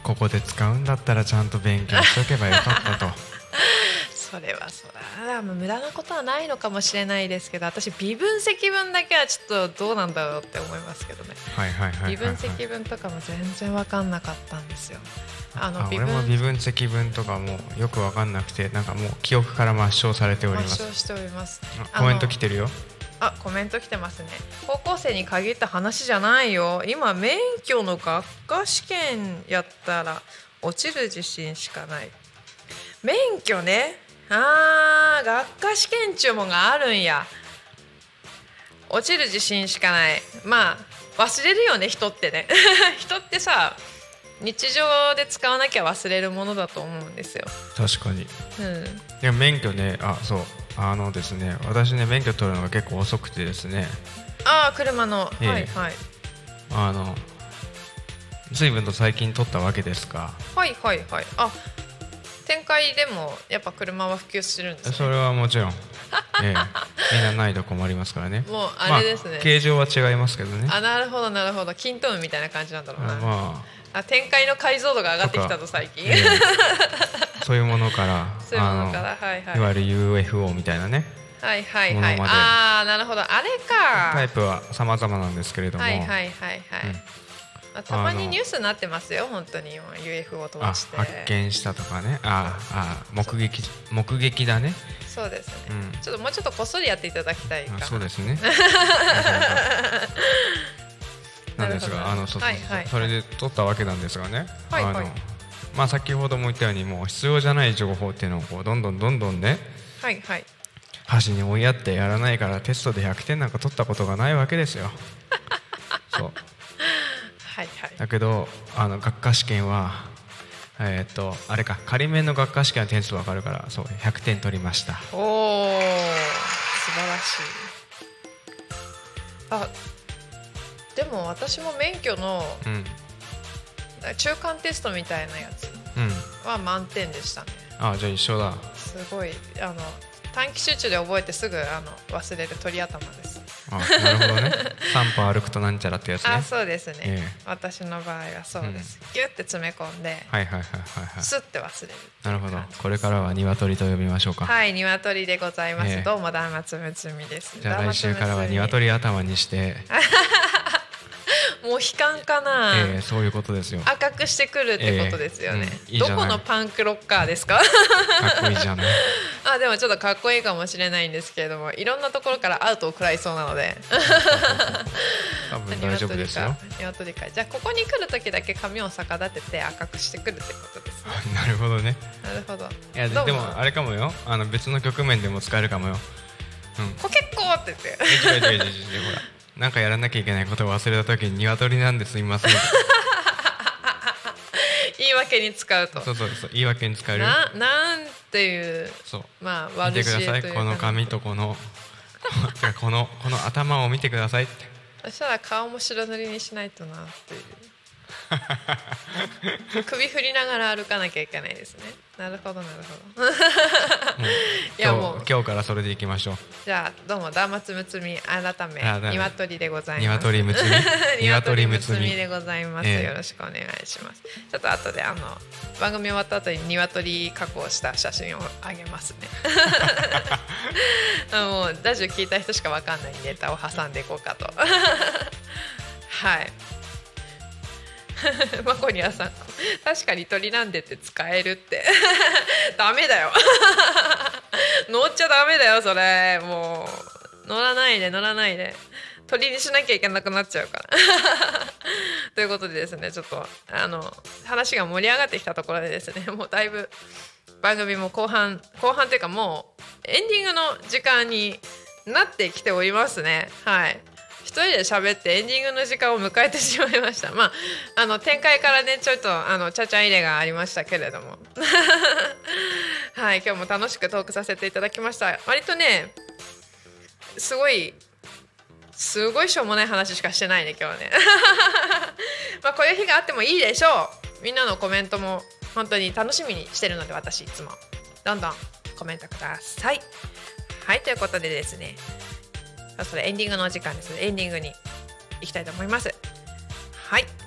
B: ここで使うんだったらちゃんと勉強しとけばよかったと
A: それはそうだ、無駄なことはないのかもしれないですけど、私微分積分だけはちょっとどうなんだろうって思いますけどね。
B: はいはいはいはいはい、
A: 微分積分とかも全然分かんなかったんですよ。
B: あのあ微分俺も微分積分とかもよく分かんなくて、なんかもう記憶から抹消されております。
A: 抹消しております。
B: コメント来てるよ。
A: あ、コメント来てますね。高校生に限った話じゃないよ。今免許の学科試験やったら落ちる自信しかない。免許ね、あー、学科試験注文があるんや。落ちる自信しかない。まあ忘れるよね、人ってね人ってさ、日常で使わなきゃ忘れるものだと思うんですよ。
B: 確かに、
A: うん、
B: いや免許ね、あ、そう、あのですね、私ね免許取るのが結構遅くてですね。
A: ああ、車の、えー、はいはい、
B: あの随分と最近取ったわけですが、
A: はいはいはい、あ、展開でもやっぱ車は普及するんですね。
B: それはもちろん、えー、みんなないと困りますからね。
A: もうあれですね、
B: まあ、形状は違いますけどね。
A: あ、なるほどなるほど、キントーンみたいな感じなんだろうな。
B: ま
A: あ、あ、展開の解像度が上がってきたと最近、え
B: ー、そういうものから
A: そういうものから、はいはい、
B: いわゆる ユーエフオー みたいなね、
A: はいはいはい、ああ、なるほど、あれか。
B: タイプは様々なんですけれども、
A: はいはいはいはい、うん、たまにニュースになってますよ、本当に ユーエフオー 通して。
B: あ、発見したとかね、ああ、目撃目撃だね。
A: そうですね、うん、ちょっともうちょっとこっそりやっていただきたいかな。
B: そうですねなんですが、あの そ, はいはい、それで取ったわけなんですがね、はいはい、あのまあ、先ほども言ったように、もう必要じゃない情報っていうのをこうどんどんどんどんね、
A: はいはい、
B: 端に追いやってやらないから、テストでひゃくてんなんか取ったことがないわけですよそう、はいはい、だけどあの学科試験は、えー、っとあれか、仮免の学科試験は点数分かるから、そうひゃくてん取りました。
A: おー、素晴らしい。あ、でも私も免許の、うん、中間テストみたいなやつは満点でしたね。
B: うん、あ、じゃあ一緒だ。
A: すごい、あの短期集中で覚えてすぐあの忘れる鳥頭です。
B: あ、なるほどねさん歩歩くとなんちゃらってやつね。
A: あ、そうですね、ええ、私の場合はそうです、うん、ギュッて詰め込んで、はいはいはいはいはい、スッて忘れる。
B: なるほど、これからは鶏と呼びましょうか。
A: はい、鶏でございます、ええ、どうもダーマツムツミです。
B: じゃあ来週からは鶏頭にして
A: もう悲観かな、
B: えー、そういうことですよ。
A: 赤くしてくるってことですよね、えーうん、いいどこのパンクロッカーですか
B: かっこいいじゃない
A: あ、でもちょっとかっこいいかもしれないんですけれども、いろんなところからアウトを食らいそうなので
B: 多分大丈夫ですよ。
A: 鶏か。じゃあここに来るときだけ髪を逆立てて赤くしてくるってことですね
B: なるほどね。
A: なるほど。
B: いやでもあれかもよ、あの別の局面でも使えるかもよ、
A: うん、こ結構って言って
B: 違う違う違う違うほらなんかやらなきゃいけないことを忘れたときに鶏なんですいません
A: 言い訳に使うと。
B: そうそうそう、言い訳に使える。
A: な、なんていう、
B: そう、
A: まあ、
B: 見てください、この髪とこのこのこの頭を見てくださいって。
A: そしたら顔も白塗りにしないとなっていう首振りながら歩かなきゃいけないですね。なるほどなるほどい
B: やもう今日からそれでいきましょう。
A: じゃあどうもダーマツムツミ改め鶏でございます。
B: 鶏むつみ
A: 鶏むつみでございます、えー、よろしくお願いします。ちょっと後であの番組終わった後に鶏加工した写真をあげますねもうラジオ聞いた人しか分かんないネタを挟んでいこうかとはいマコニアさん、確かに鳥なんでって使えるってダメだよ乗っちゃダメだよそれ。もう乗らないで乗らないで、鳥にしなきゃいけなくなっちゃうからということでですね、ちょっとあの話が盛り上がってきたところでですね、もうだいぶ番組も後半後半というかもうエンディングの時間になってきておりますね。はい、一人で喋ってエンディングの時間を迎えてしまいました。まあ、あの展開からねちょっとあのちゃちゃ入れがありましたけれどもはい、今日も楽しくトークさせていただきました。割とねすごいすごいしょうもない話しかしてないね今日はねまあこういう日があってもいいでしょう。みんなのコメントも本当に楽しみにしてるので、私いつもどんどんコメントください。はい、ということでですね、それエンディングのお時間ですのでエンディングに行きたいと思います。はい、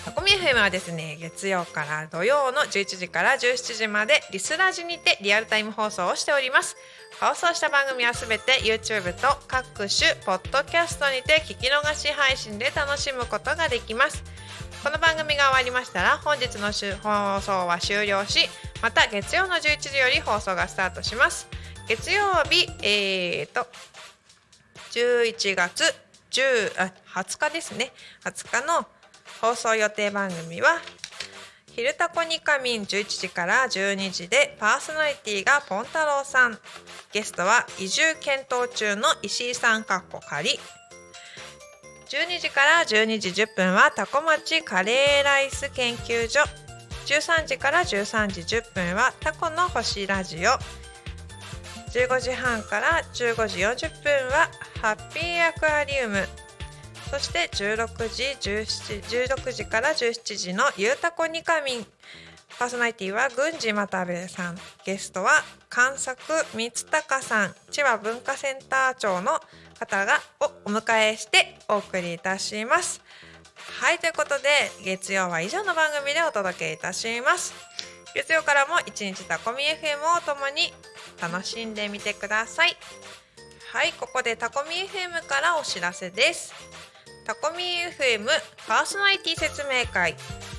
A: タコミ エフエム はですね、月曜から土曜のじゅういちじからじゅうしちじまでリスラジにてリアルタイム放送をしております。放送した番組はすべて YouTube と各種ポッドキャストにて聞き逃し配信で楽しむことができます。この番組が終わりましたら本日の放送は終了し、また月曜のじゅういちじより放送がスタートします。月曜日、えーとじゅういちがつじゅうあはつかですね、はつかの放送予定番組は昼タコニカミンじゅういちじからじゅうにじで、パーソナリティがポンタロウさん、ゲストは移住検討中の石井さんかっこ仮。じゅうにじからじゅうにじじゅっぷんはタコ町カレーライス研究所。じゅうさんじからじゅうさんじじゅっぷんはタコの星ラジオ。じゅうごじはんからじゅうごじよんじゅっぷんはハッピーアクアリウム。そしてじゅうろくじじゅうしちじゅうろくじからじゅうしちじのゆうたこにかみん。パーソナリティは郡司又兵衛さん、ゲストは関作光隆さん、千葉文化センター長の方がをお迎えしてお送りいたします。はい、ということで月曜は以上の番組でお届けいたします。月曜からも一日タコミ エフエム をともに楽しんでみてください。はい、ここでタコミ エフエム からお知らせです。タコミ エフエム パーソナリティ説明会、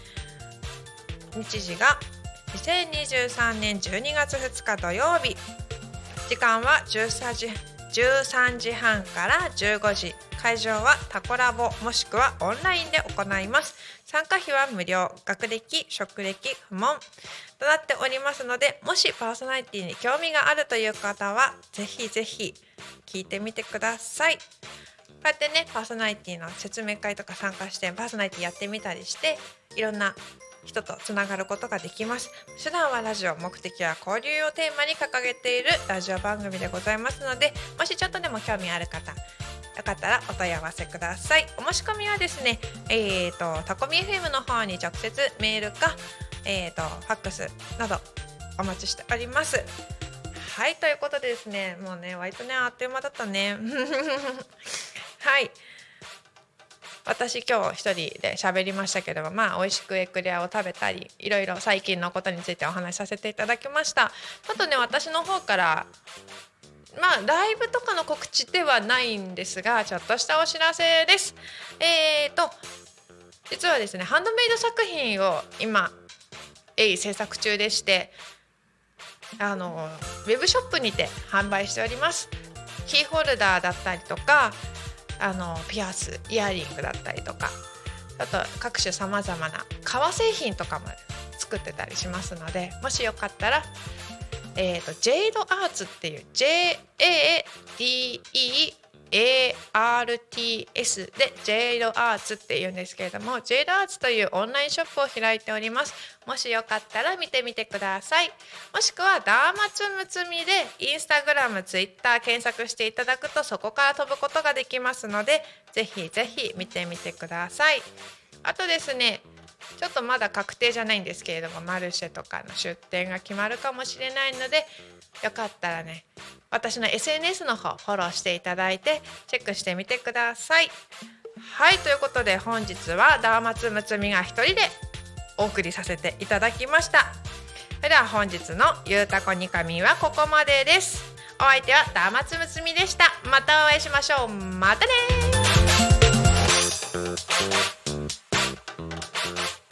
A: 日時がにせんにじゅうさんねんじゅうにがつふつか土曜日、時間はじゅうさんじはんからじゅうごじ、会場はタコラボもしくはオンラインで行います。参加費は無料、学歴職歴不問となっておりますので、もしパーソナリティに興味があるという方はぜひぜひ聞いてみてください。こうやってね、パーソナリティの説明会とか参加してパーソナリティやってみたりして、いろんな人とつながることができます。普段はラジオ、目的は交流をテーマに掲げているラジオ番組でございますので、もしちょっとでも興味ある方よかったらお問い合わせください。お申し込みはですね、えーとタコミ エフエム の方に直接メールか、えーとファックスなどお待ちしております。はい、ということでですね、もうね割とねあっという間だったねはい、私今日一人で喋りましたけども、まあ美味しくエクレアを食べたり、いろいろ最近のことについてお話しさせていただきました。ちょっとね、私の方からまあライブとかの告知ではないんですが、ちょっとしたお知らせです。えーと実はですね、ハンドメイド作品を今鋭意制作中でして、あのウェブショップにて販売しております。キーホルダーだったりとか、あのピアス、イヤリングだったりとか、あと各種さまざまな革製品とかも作ってたりしますので、もしよかったら、えーと、ジェイドアーツっていう ジェイエーディーイーエーアールティーエス でジェイドアーツっていうんですけれども、ジェイドアーツというオンラインショップを開いております。もしよかったら見てみてください。もしくはダーマツムツミでインスタグラム、ツイッター検索していただくと、そこから飛ぶことができますので、ぜひぜひ見てみてください。あとですね、ちょっとまだ確定じゃないんですけれども、マルシェとかの出店が決まるかもしれないので、よかったらね、私の エスエヌエス の方フォローしていただいてチェックしてみてください。はい、ということで本日はダーマツムツミが一人でお送りさせていただきました。それでは本日のゆうたこにかみんはここまでです。お相手はダーマツムツミでした。またお会いしましょう。またね。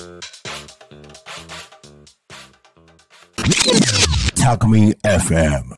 C: タコミ エフエム